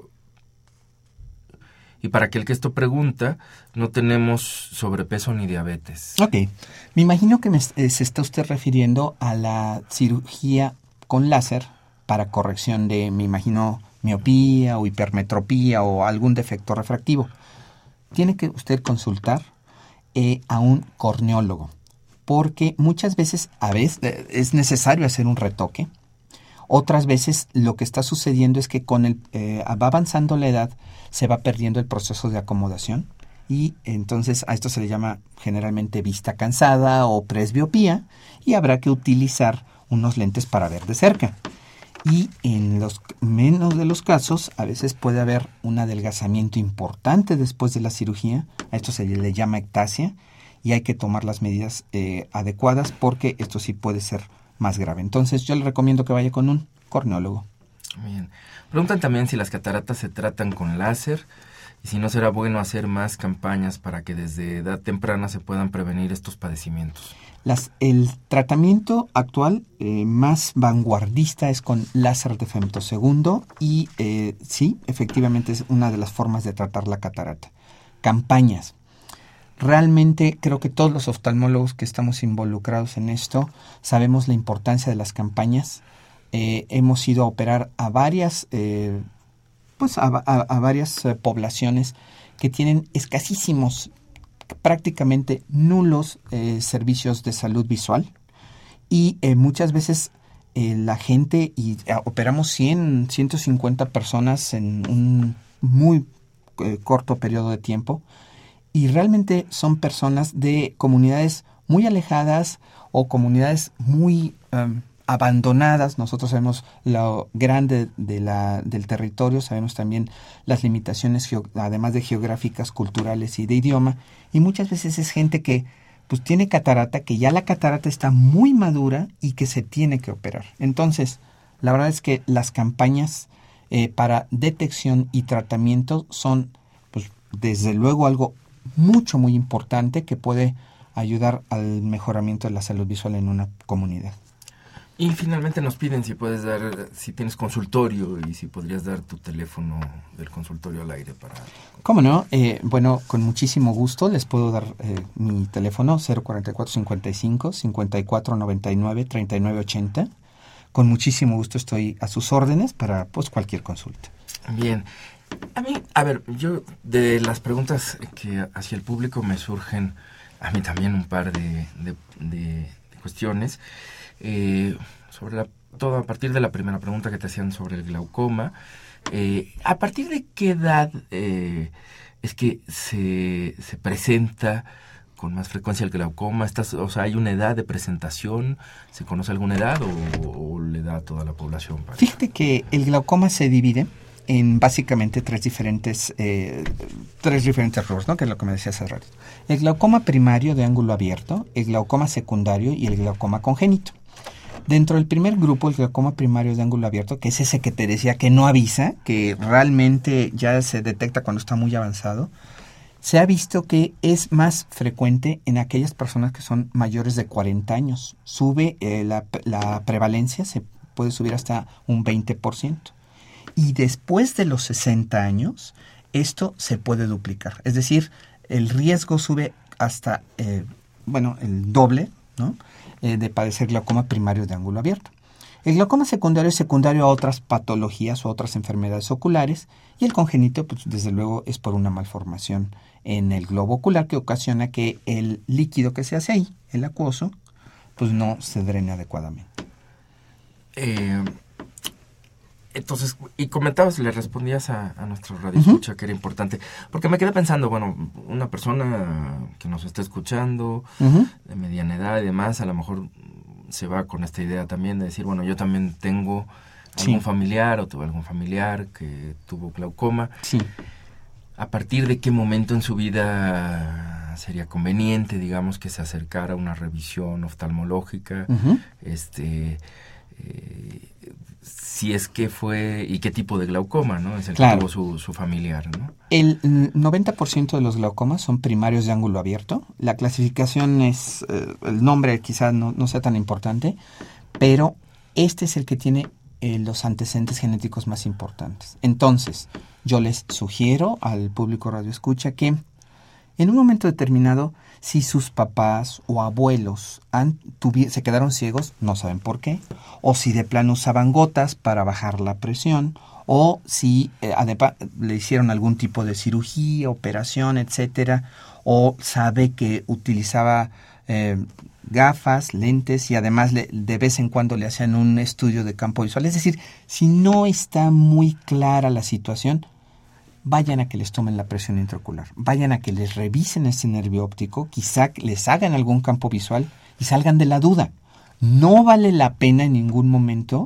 Y para que el que esto pregunta, no tenemos sobrepeso ni diabetes? Ok. Me imagino que me, eh, se está usted refiriendo a la cirugía con láser para corrección de, me imagino, miopía o hipermetropía o algún defecto refractivo. Tiene que usted consultar eh, a un corneólogo, porque muchas veces, a veces, eh, es necesario hacer un retoque. Otras veces lo que está sucediendo es que con el eh, va avanzando la edad, se va perdiendo el proceso de acomodación, y entonces a esto se le llama generalmente vista cansada o presbiopía, y habrá que utilizar unos lentes para ver de cerca. Y en los menos de los casos, a veces puede haber un adelgazamiento importante después de la cirugía. A esto se le llama ectasia y hay que tomar las medidas eh, adecuadas porque esto sí puede ser más grave. Entonces yo le recomiendo que vaya con un corneólogo. Bien. Preguntan también si las cataratas se tratan con láser y si no será bueno hacer más campañas para que desde edad temprana se puedan prevenir estos padecimientos. Las, el tratamiento actual eh, más vanguardista es con láser de femtosegundo y eh, sí, efectivamente es una de las formas de tratar la catarata. Campañas. Realmente creo que todos los oftalmólogos que estamos involucrados en esto sabemos la importancia de las campañas. Eh, hemos ido a operar a varias, eh, pues a, a, a varias eh, poblaciones que tienen escasísimos, prácticamente nulos eh, servicios de salud visual y eh, muchas veces eh, la gente, y eh, operamos cien, ciento cincuenta personas en un muy eh, corto periodo de tiempo y realmente son personas de comunidades muy alejadas o comunidades muy um, abandonadas. Nosotros sabemos lo grande de la, del territorio, sabemos también las limitaciones, geo, además de geográficas, culturales y de idioma, y muchas veces es gente que pues tiene catarata, que ya la catarata está muy madura y que se tiene que operar. Entonces, la verdad es que las campañas eh, para detección y tratamiento son, pues, desde luego algo mucho, muy importante que puede ayudar al mejoramiento de la salud visual en una comunidad. Y finalmente nos piden si puedes dar, si tienes consultorio y si podrías dar tu teléfono del consultorio al aire para... ¿Cómo no? Eh, bueno, con muchísimo gusto les puedo dar eh, mi teléfono cero cuarenta y cuatro cincuenta y cinco cincuenta y cuatro noventa y nueve treinta y nueve ochenta. Con muchísimo gusto estoy a sus órdenes para pues cualquier consulta. Bien. A mí, a ver, yo de las preguntas que hacia el público me surgen a mí también un par de, de, de, de cuestiones. Eh, sobre la, todo a partir de la primera pregunta que te hacían sobre el glaucoma, eh, ¿a partir de qué edad eh, es que se, se presenta con más frecuencia el glaucoma? ¿Estás, o sea, ¿hay una edad de presentación? ¿Se conoce alguna edad o, o le da a toda la población? Para... Fíjate que el glaucoma se divide en básicamente tres diferentes eh, tres diferentes rubros, ¿no? Que es lo que me decías hace rato. El glaucoma primario de ángulo abierto, el glaucoma secundario y el glaucoma congénito. Dentro del primer grupo, el glaucoma primario de ángulo abierto, que es ese que te decía que no avisa, que realmente ya se detecta cuando está muy avanzado, se ha visto que es más frecuente en aquellas personas que son mayores de cuarenta años. Sube eh, la, la prevalencia, se puede subir hasta un veinte por ciento. Y después de los sesenta años, esto se puede duplicar. Es decir, el riesgo sube hasta, eh, bueno, el doble, ¿no? Eh, de padecer glaucoma primario de ángulo abierto. El glaucoma secundario es secundario a otras patologías o otras enfermedades oculares y el congénito, pues desde luego, es por una malformación en el globo ocular que ocasiona que el líquido que se hace ahí, el acuoso, pues no se drene adecuadamente. Eh, entonces, y comentabas, le respondías a, a nuestro radio escucha, uh-huh, que era importante, porque me quedé pensando, bueno, una persona que nos está escuchando, uh-huh, de mediana edad y demás, a lo mejor se va con esta idea también de decir, bueno, yo también tengo algún sí. familiar o tuve algún familiar que tuvo glaucoma. Sí. ¿A partir de qué momento en su vida sería conveniente, digamos, que se acercara a una revisión oftalmológica? Uh-huh. Este... Eh, si es que fue, y qué tipo de glaucoma, ¿no? Es el claro. que tuvo su, su familiar, ¿no? El noventa por ciento de los glaucomas son primarios de ángulo abierto. La clasificación es, eh, el nombre quizás no, no sea tan importante, pero este es el que tiene eh, los antecedentes genéticos más importantes. Entonces, yo les sugiero al público radioescucha que en un momento determinado, si sus papás o abuelos han, tuvi- se quedaron ciegos, no saben por qué, o si de plano usaban gotas para bajar la presión, o si eh, adepa- le hicieron algún tipo de cirugía, operación, etcétera, o sabe que utilizaba eh, gafas, lentes y además le, de vez en cuando le hacían un estudio de campo visual. Es decir, si no está muy clara la situación, vayan a que les tomen la presión intraocular, vayan a que les revisen ese nervio óptico, quizá les hagan algún campo visual y salgan de la duda. No vale la pena en ningún momento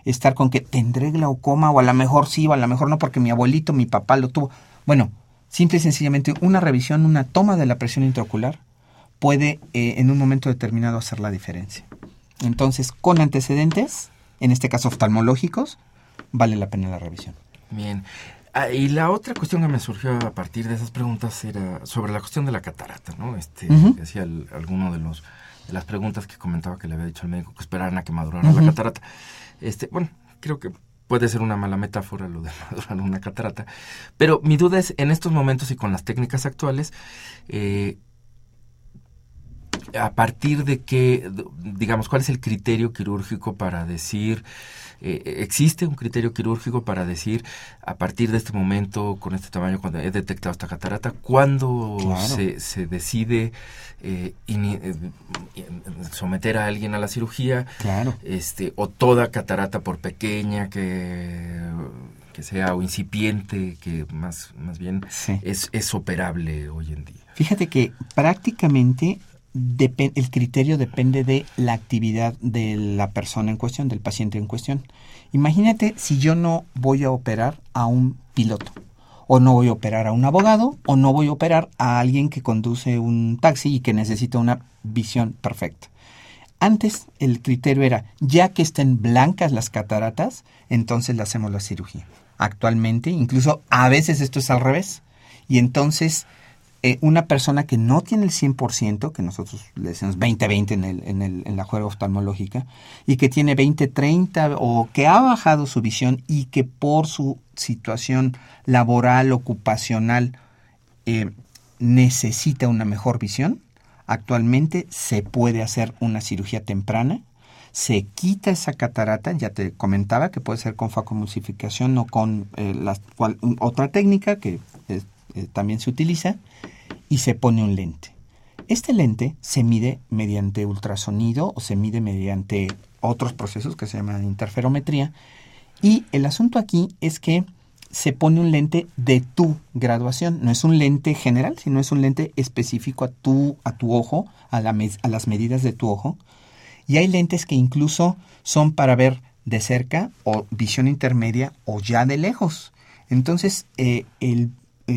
estar con que tendré glaucoma o a lo mejor sí o a lo mejor no porque mi abuelito, mi papá lo tuvo. Bueno, simple y sencillamente una revisión, una toma de la presión intraocular puede eh, en un momento determinado hacer la diferencia. Entonces, con antecedentes, en este caso oftalmológicos, vale la pena la revisión. Bien. Ah, y la otra cuestión que me surgió a partir de esas preguntas era sobre la cuestión de la catarata, ¿no? Este, uh-huh. Decía el, alguno de los de las preguntas que comentaba que le había dicho al médico que esperaran a que madurara uh-huh. la catarata. Este, bueno, creo que puede ser una mala metáfora lo de madurar una catarata, pero mi duda es, en estos momentos y con las técnicas actuales, eh, a partir de qué, digamos, ¿cuál es el criterio quirúrgico para decir, eh, existe un criterio quirúrgico para decir, a partir de este momento, con este tamaño, cuando he detectado esta catarata, cuándo claro. se, se decide eh, in, eh, someter a alguien a la cirugía? Claro. Este, o toda catarata, por pequeña que, que sea, o incipiente, que más, más bien sí. es, es operable hoy en día. Fíjate que prácticamente Dep- el criterio depende de la actividad de la persona en cuestión, del paciente en cuestión. Imagínate si yo no voy a operar a un piloto, o no voy a operar a un abogado, o no voy a operar a alguien que conduce un taxi y que necesita una visión perfecta. Antes el criterio era, ya que estén blancas las cataratas, entonces le hacemos la cirugía. Actualmente, incluso a veces esto es al revés, y entonces Eh, una persona que no tiene el cien por ciento, que nosotros le decimos veinte veinte en, el, en, el, en la juega oftalmológica, y que tiene veinte treinta o que ha bajado su visión y que por su situación laboral, ocupacional, eh, necesita una mejor visión, actualmente se puede hacer una cirugía temprana, se quita esa catarata, ya te comentaba que puede ser con facomulsificación o con eh, la, cual, otra técnica que eh, eh, también se utiliza, y se pone un lente. Este lente se mide mediante ultrasonido o se mide mediante otros procesos que se llaman interferometría, y el asunto aquí es que se pone un lente de tu graduación. No es un lente general, sino es un lente específico a tu, a tu ojo, a, la, a las medidas de tu ojo. Y hay lentes que incluso son para ver de cerca o visión intermedia o ya de lejos. Entonces, eh, el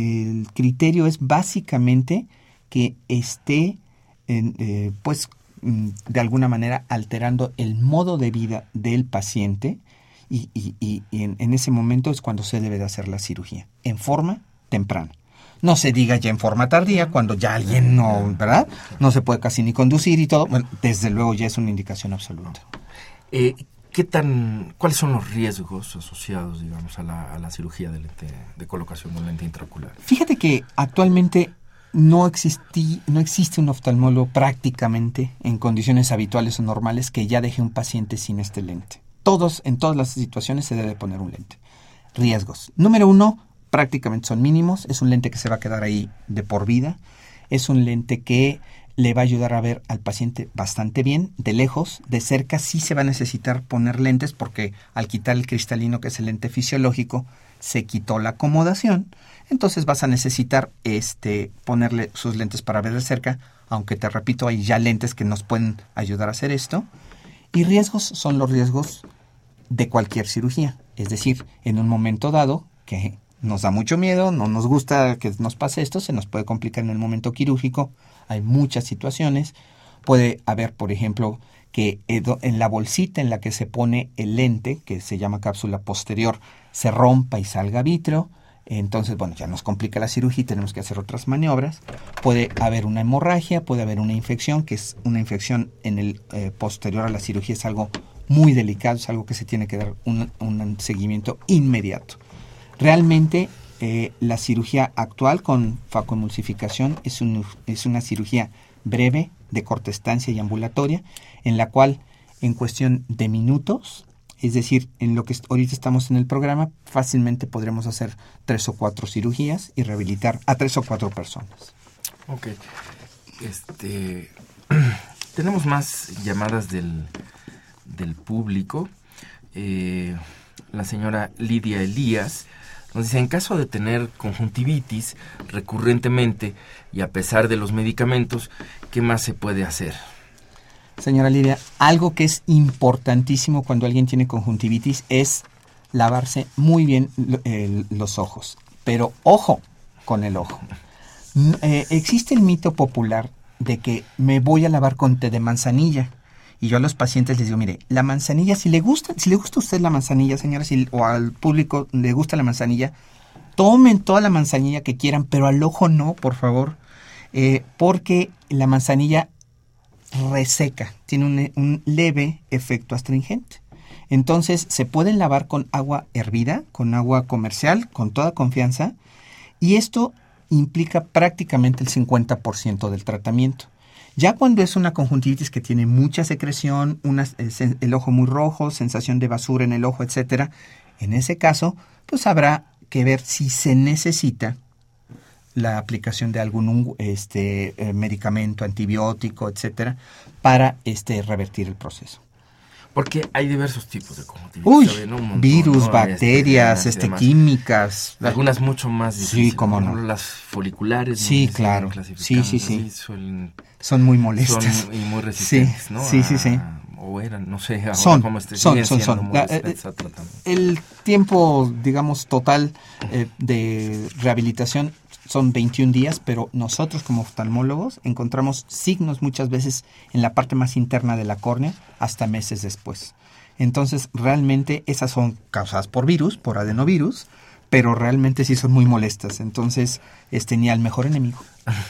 El criterio es básicamente que esté, en, eh, pues, de alguna manera alterando el modo de vida del paciente y, y, y en, en ese momento es cuando se debe de hacer la cirugía, en forma temprana. No se diga ya en forma tardía, cuando ya alguien no, ¿verdad? No se puede casi ni conducir y todo. Bueno, desde luego ya es una indicación absoluta. Eh, ¿Qué tan, ¿Cuáles son los riesgos asociados, digamos, a la, a la cirugía de lente, de colocación de un lente intraocular? Fíjate que actualmente no, existí, no existe un oftalmólogo prácticamente en condiciones habituales o normales que ya deje un paciente sin este lente. Todos, en todas las situaciones se debe poner un lente. Riesgos. Número uno, prácticamente son mínimos. Es un lente que se va a quedar ahí de por vida. Es un lente que le va a ayudar a ver al paciente bastante bien, de lejos. De cerca sí se va a necesitar poner lentes porque al quitar el cristalino, que es el lente fisiológico, se quitó la acomodación. Entonces vas a necesitar este, ponerle sus lentes para ver de cerca, aunque te repito, hay ya lentes que nos pueden ayudar a hacer esto. Y riesgos son los riesgos de cualquier cirugía. Es decir, en un momento dado, que nos da mucho miedo, no nos gusta que nos pase esto, se nos puede complicar en el momento quirúrgico. Hay muchas situaciones. Puede haber, por ejemplo, que en la bolsita en la que se pone el lente, que se llama cápsula posterior, se rompa y salga vítreo. Entonces, bueno, ya nos complica la cirugía y tenemos que hacer otras maniobras. Puede haber una hemorragia, puede haber una infección, que es una infección en el eh, posterior a la cirugía. Es algo muy delicado, es algo que se tiene que dar un, un seguimiento inmediato. Realmente, Eh, la cirugía actual con facomulsificación es, un, es una cirugía breve, de corta estancia y ambulatoria, en la cual en cuestión de minutos, es decir, en lo que ahorita estamos en el programa, fácilmente podremos hacer tres o cuatro cirugías y rehabilitar a tres o cuatro personas. Ok. Este, tenemos más llamadas del, del público. Eh, la señora Lidia Elías nos dice, en caso de tener conjuntivitis recurrentemente y a pesar de los medicamentos, ¿qué más se puede hacer? Señora Lidia, algo que es importantísimo cuando alguien tiene conjuntivitis es lavarse muy bien eh, los ojos. Pero ojo con el ojo. Eh, existe el mito popular de que me voy a lavar con té de manzanilla. Y yo a los pacientes les digo, mire, la manzanilla, si le gusta, si le gusta a usted la manzanilla, señora, si, o al público le gusta la manzanilla, tomen toda la manzanilla que quieran, pero al ojo no, por favor, eh, porque la manzanilla reseca, tiene un, un leve efecto astringente. Entonces, se pueden lavar con agua hervida, con agua comercial, con toda confianza, y esto implica prácticamente el cincuenta por ciento del tratamiento. Ya cuando es una conjuntivitis que tiene mucha secreción, una, el ojo muy rojo, sensación de basura en el ojo, etcétera, en ese caso, pues habrá que ver si se necesita la aplicación de algún este, eh, medicamento, antibiótico, etcétera, para este, revertir el proceso. Porque hay diversos tipos de conjuntivitis. Uy, ¿sabe? ¿No? Montón, virus, ¿no? bacterias, este, este, químicas. Algunas mucho más difíciles. Sí, cómo no. Las foliculares. Sí, ¿no? claro. Sí, sí, sí. Suelen, son muy molestas. Son y muy resistentes, sí, ¿no? Sí, sí, sí. A, o eran, no sé, ahora son, cómo este, son, son, son. La, eh, el tiempo, digamos, total eh, de rehabilitación son veintiún días, pero nosotros como oftalmólogos encontramos signos muchas veces en la parte más interna de la córnea hasta meses después. Entonces, realmente esas son causadas por virus, por adenovirus, pero realmente sí son muy molestas. Entonces, este, ni al mejor enemigo.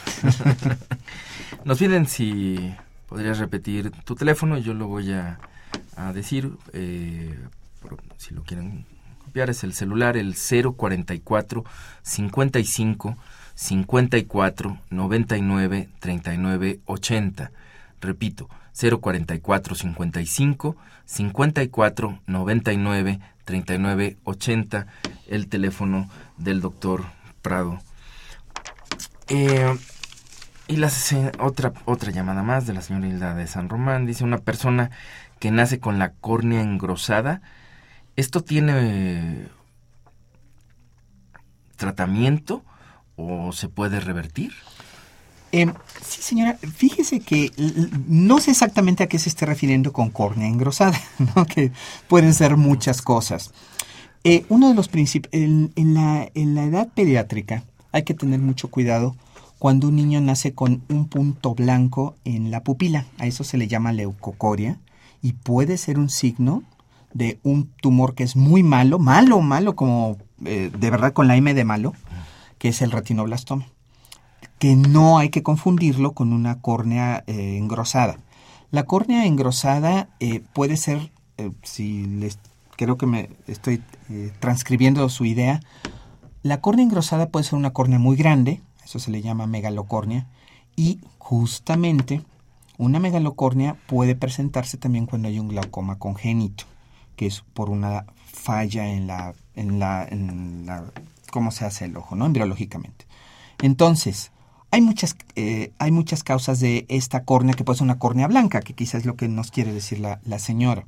Nos piden si podrías repetir tu teléfono, yo lo voy a, a decir, eh, por, si lo quieren copiar, es el celular, el cero cuarenta y cuatro, cincuenta y cinco, cincuenta y cuatro, noventa y nueve, treinta y nueve, ochenta. Repito, cero cuarenta y cuatro, cincuenta y cinco, cincuenta y cuatro, noventa y nueve, treinta y nueve, ochenta, el teléfono del doctor Prado. Eh, y la, otra, otra llamada más de la señora Hilda de San Román. Dice, una persona que nace con la córnea engrosada, ¿esto tiene eh, tratamiento o se puede revertir? Eh, sí, señora, fíjese que no sé exactamente a qué se esté refiriendo con córnea engrosada, ¿no? Que pueden ser muchas cosas. Eh, uno de los principios, en, en, la, en la edad pediátrica hay que tener mucho cuidado cuando un niño nace con un punto blanco en la pupila. A eso se le llama leucocoria y puede ser un signo de un tumor que es muy malo, malo, malo, como eh, de verdad con la M de malo, que es el retinoblastoma, que no hay que confundirlo con una córnea eh, engrosada. La córnea engrosada eh, puede ser, eh, si les creo que me estoy eh, transcribiendo su idea, la córnea engrosada puede ser una córnea muy grande, eso se le llama megalocórnea, y justamente una megalocórnea puede presentarse también cuando hay un glaucoma congénito, que es por una falla en la, en la, en la cómo se hace el ojo, ¿no? Embriológicamente. Entonces, hay muchas, eh, hay muchas causas de esta córnea, que puede ser una córnea blanca, que quizás es lo que nos quiere decir la, la señora.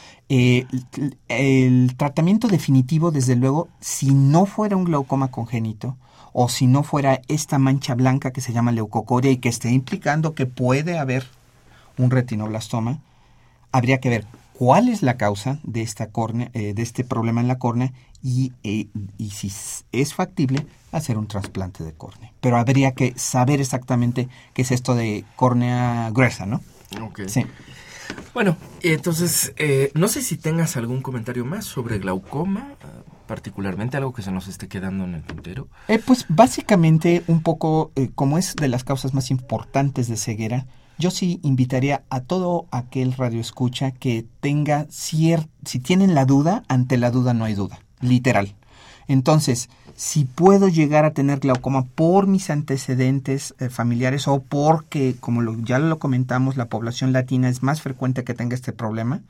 Eh, el, el tratamiento definitivo, desde luego, si no fuera un glaucoma congénito, o si no fuera esta mancha blanca que se llama leucocoria y que esté implicando que puede haber un retinoblastoma, habría que ver cuál es la causa de esta córnea, eh, de este problema en la córnea y, eh, y si es factible hacer un trasplante de córnea. Pero habría que saber exactamente qué es esto de córnea gruesa, ¿no? Ok. Sí. Bueno, entonces, eh, no sé si tengas algún comentario más sobre glaucoma, particularmente algo que se nos esté quedando en el tintero. Eh, pues básicamente un poco, eh, como es de las causas más importantes de ceguera, yo sí invitaría a todo aquel radioescucha que tenga cierto, si tienen la duda, ante la duda no hay duda, literal. Entonces, si puedo llegar a tener glaucoma por mis antecedentes eh, familiares o porque, como lo, ya lo comentamos, la población latina es más frecuente que tenga este problema,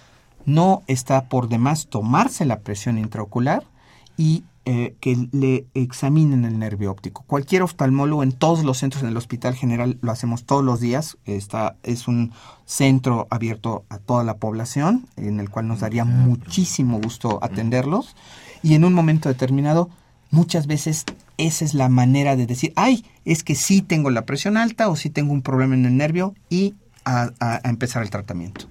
no está por demás tomarse la presión intraocular y eh, que le examinen el nervio óptico. Cualquier oftalmólogo en todos los centros en el Hospital General lo hacemos todos los días. Está, es un centro abierto a toda la población, en el cual nos daría muchísimo gusto atenderlos. Y en un momento determinado, muchas veces esa es la manera de decir, ay, es que sí tengo la presión alta o sí tengo un problema en el nervio y a, a, a empezar el tratamiento.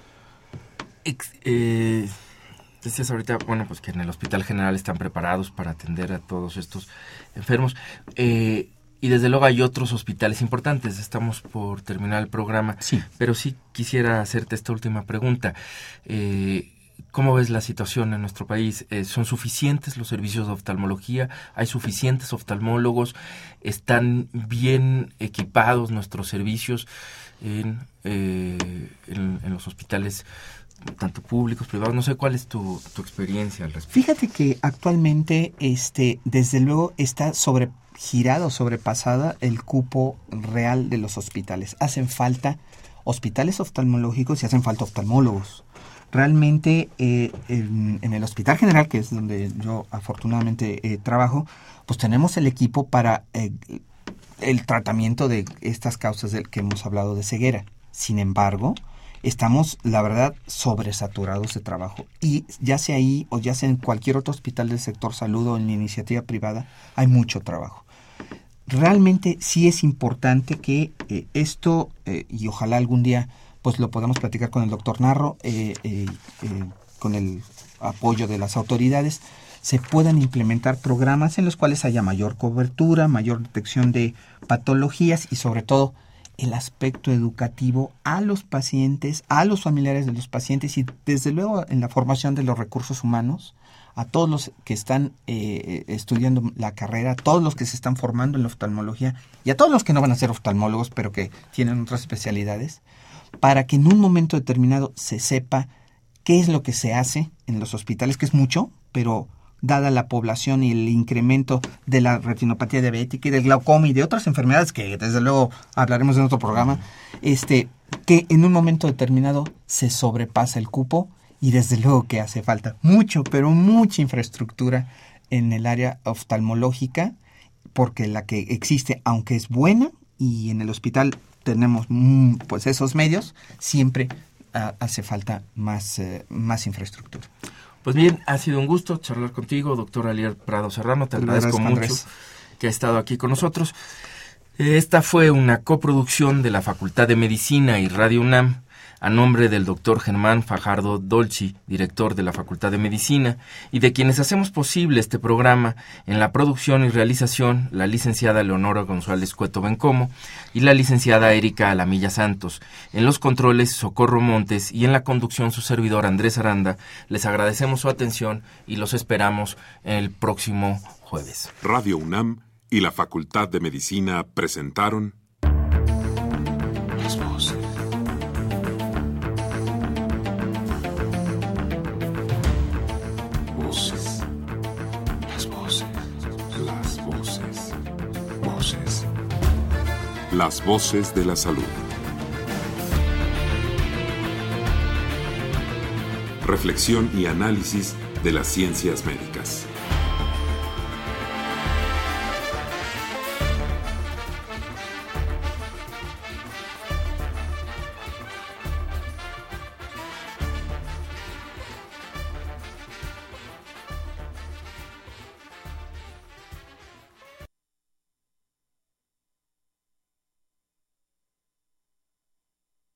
Ex, eh, decías ahorita, bueno, pues que en el Hospital General están preparados para atender a todos estos enfermos. Eh, y desde luego hay otros hospitales importantes. Estamos por terminar el programa. Sí. Pero sí quisiera hacerte esta última pregunta. Eh, ¿Cómo ves la situación en nuestro país? Eh, ¿Son suficientes los servicios de oftalmología? ¿Hay suficientes oftalmólogos? ¿Están bien equipados nuestros servicios en, eh, en, en los hospitales, tanto públicos, privados? No sé cuál es tu, tu experiencia al respecto. Fíjate que actualmente, este, desde luego, está sobregirado, sobrepasada el cupo real de los hospitales. Hacen falta hospitales oftalmológicos y hacen falta oftalmólogos. Realmente eh, en, en el Hospital General, que es donde yo afortunadamente eh, trabajo, pues tenemos el equipo para eh, el tratamiento de estas causas del que hemos hablado de ceguera. Sin embargo, estamos, la verdad, sobresaturados de trabajo. Y ya sea ahí o ya sea en cualquier otro hospital del sector salud o en la iniciativa privada, hay mucho trabajo. Realmente sí es importante que eh, esto, eh, y ojalá algún día pues lo podamos platicar con el doctor Narro, eh, eh, eh, con el apoyo de las autoridades, se puedan implementar programas en los cuales haya mayor cobertura, mayor detección de patologías y sobre todo el aspecto educativo a los pacientes, a los familiares de los pacientes y desde luego en la formación de los recursos humanos, a todos los que están eh, estudiando la carrera, a todos los que se están formando en la oftalmología y a todos los que no van a ser oftalmólogos pero que tienen otras especialidades, para que en un momento determinado se sepa qué es lo que se hace en los hospitales, que es mucho, pero dada la población y el incremento de la retinopatía diabética y del glaucoma y de otras enfermedades que desde luego hablaremos en otro programa, este, que en un momento determinado se sobrepasa el cupo y desde luego que hace falta mucho, pero mucha infraestructura en el área oftalmológica, porque la que existe, aunque es buena, y en el hospital tenemos mm, pues esos medios, siempre uh, hace falta más, uh, más infraestructura. Pues bien, ha sido un gusto charlar contigo, doctor Ariel Prado Serrano. Te, Te agradezco mucho Andrés. Que ha estado aquí con nosotros. Esta fue una coproducción de la Facultad de Medicina y Radio UNAM, a nombre del doctor Germán Fajardo Dolci, director de la Facultad de Medicina, y de quienes hacemos posible este programa. En la producción y realización, la licenciada Leonora González Cueto Bencomo y la licenciada Erika Alamilla Santos. En los controles, Socorro Montes, y en la conducción, su servidor Andrés Aranda. Les agradecemos su atención y los esperamos el próximo jueves. Radio UNAM y la Facultad de Medicina presentaron Las Voces. Voces. Las voces. Las voces. Voces. Las voces de la salud. Reflexión y análisis de las ciencias médicas.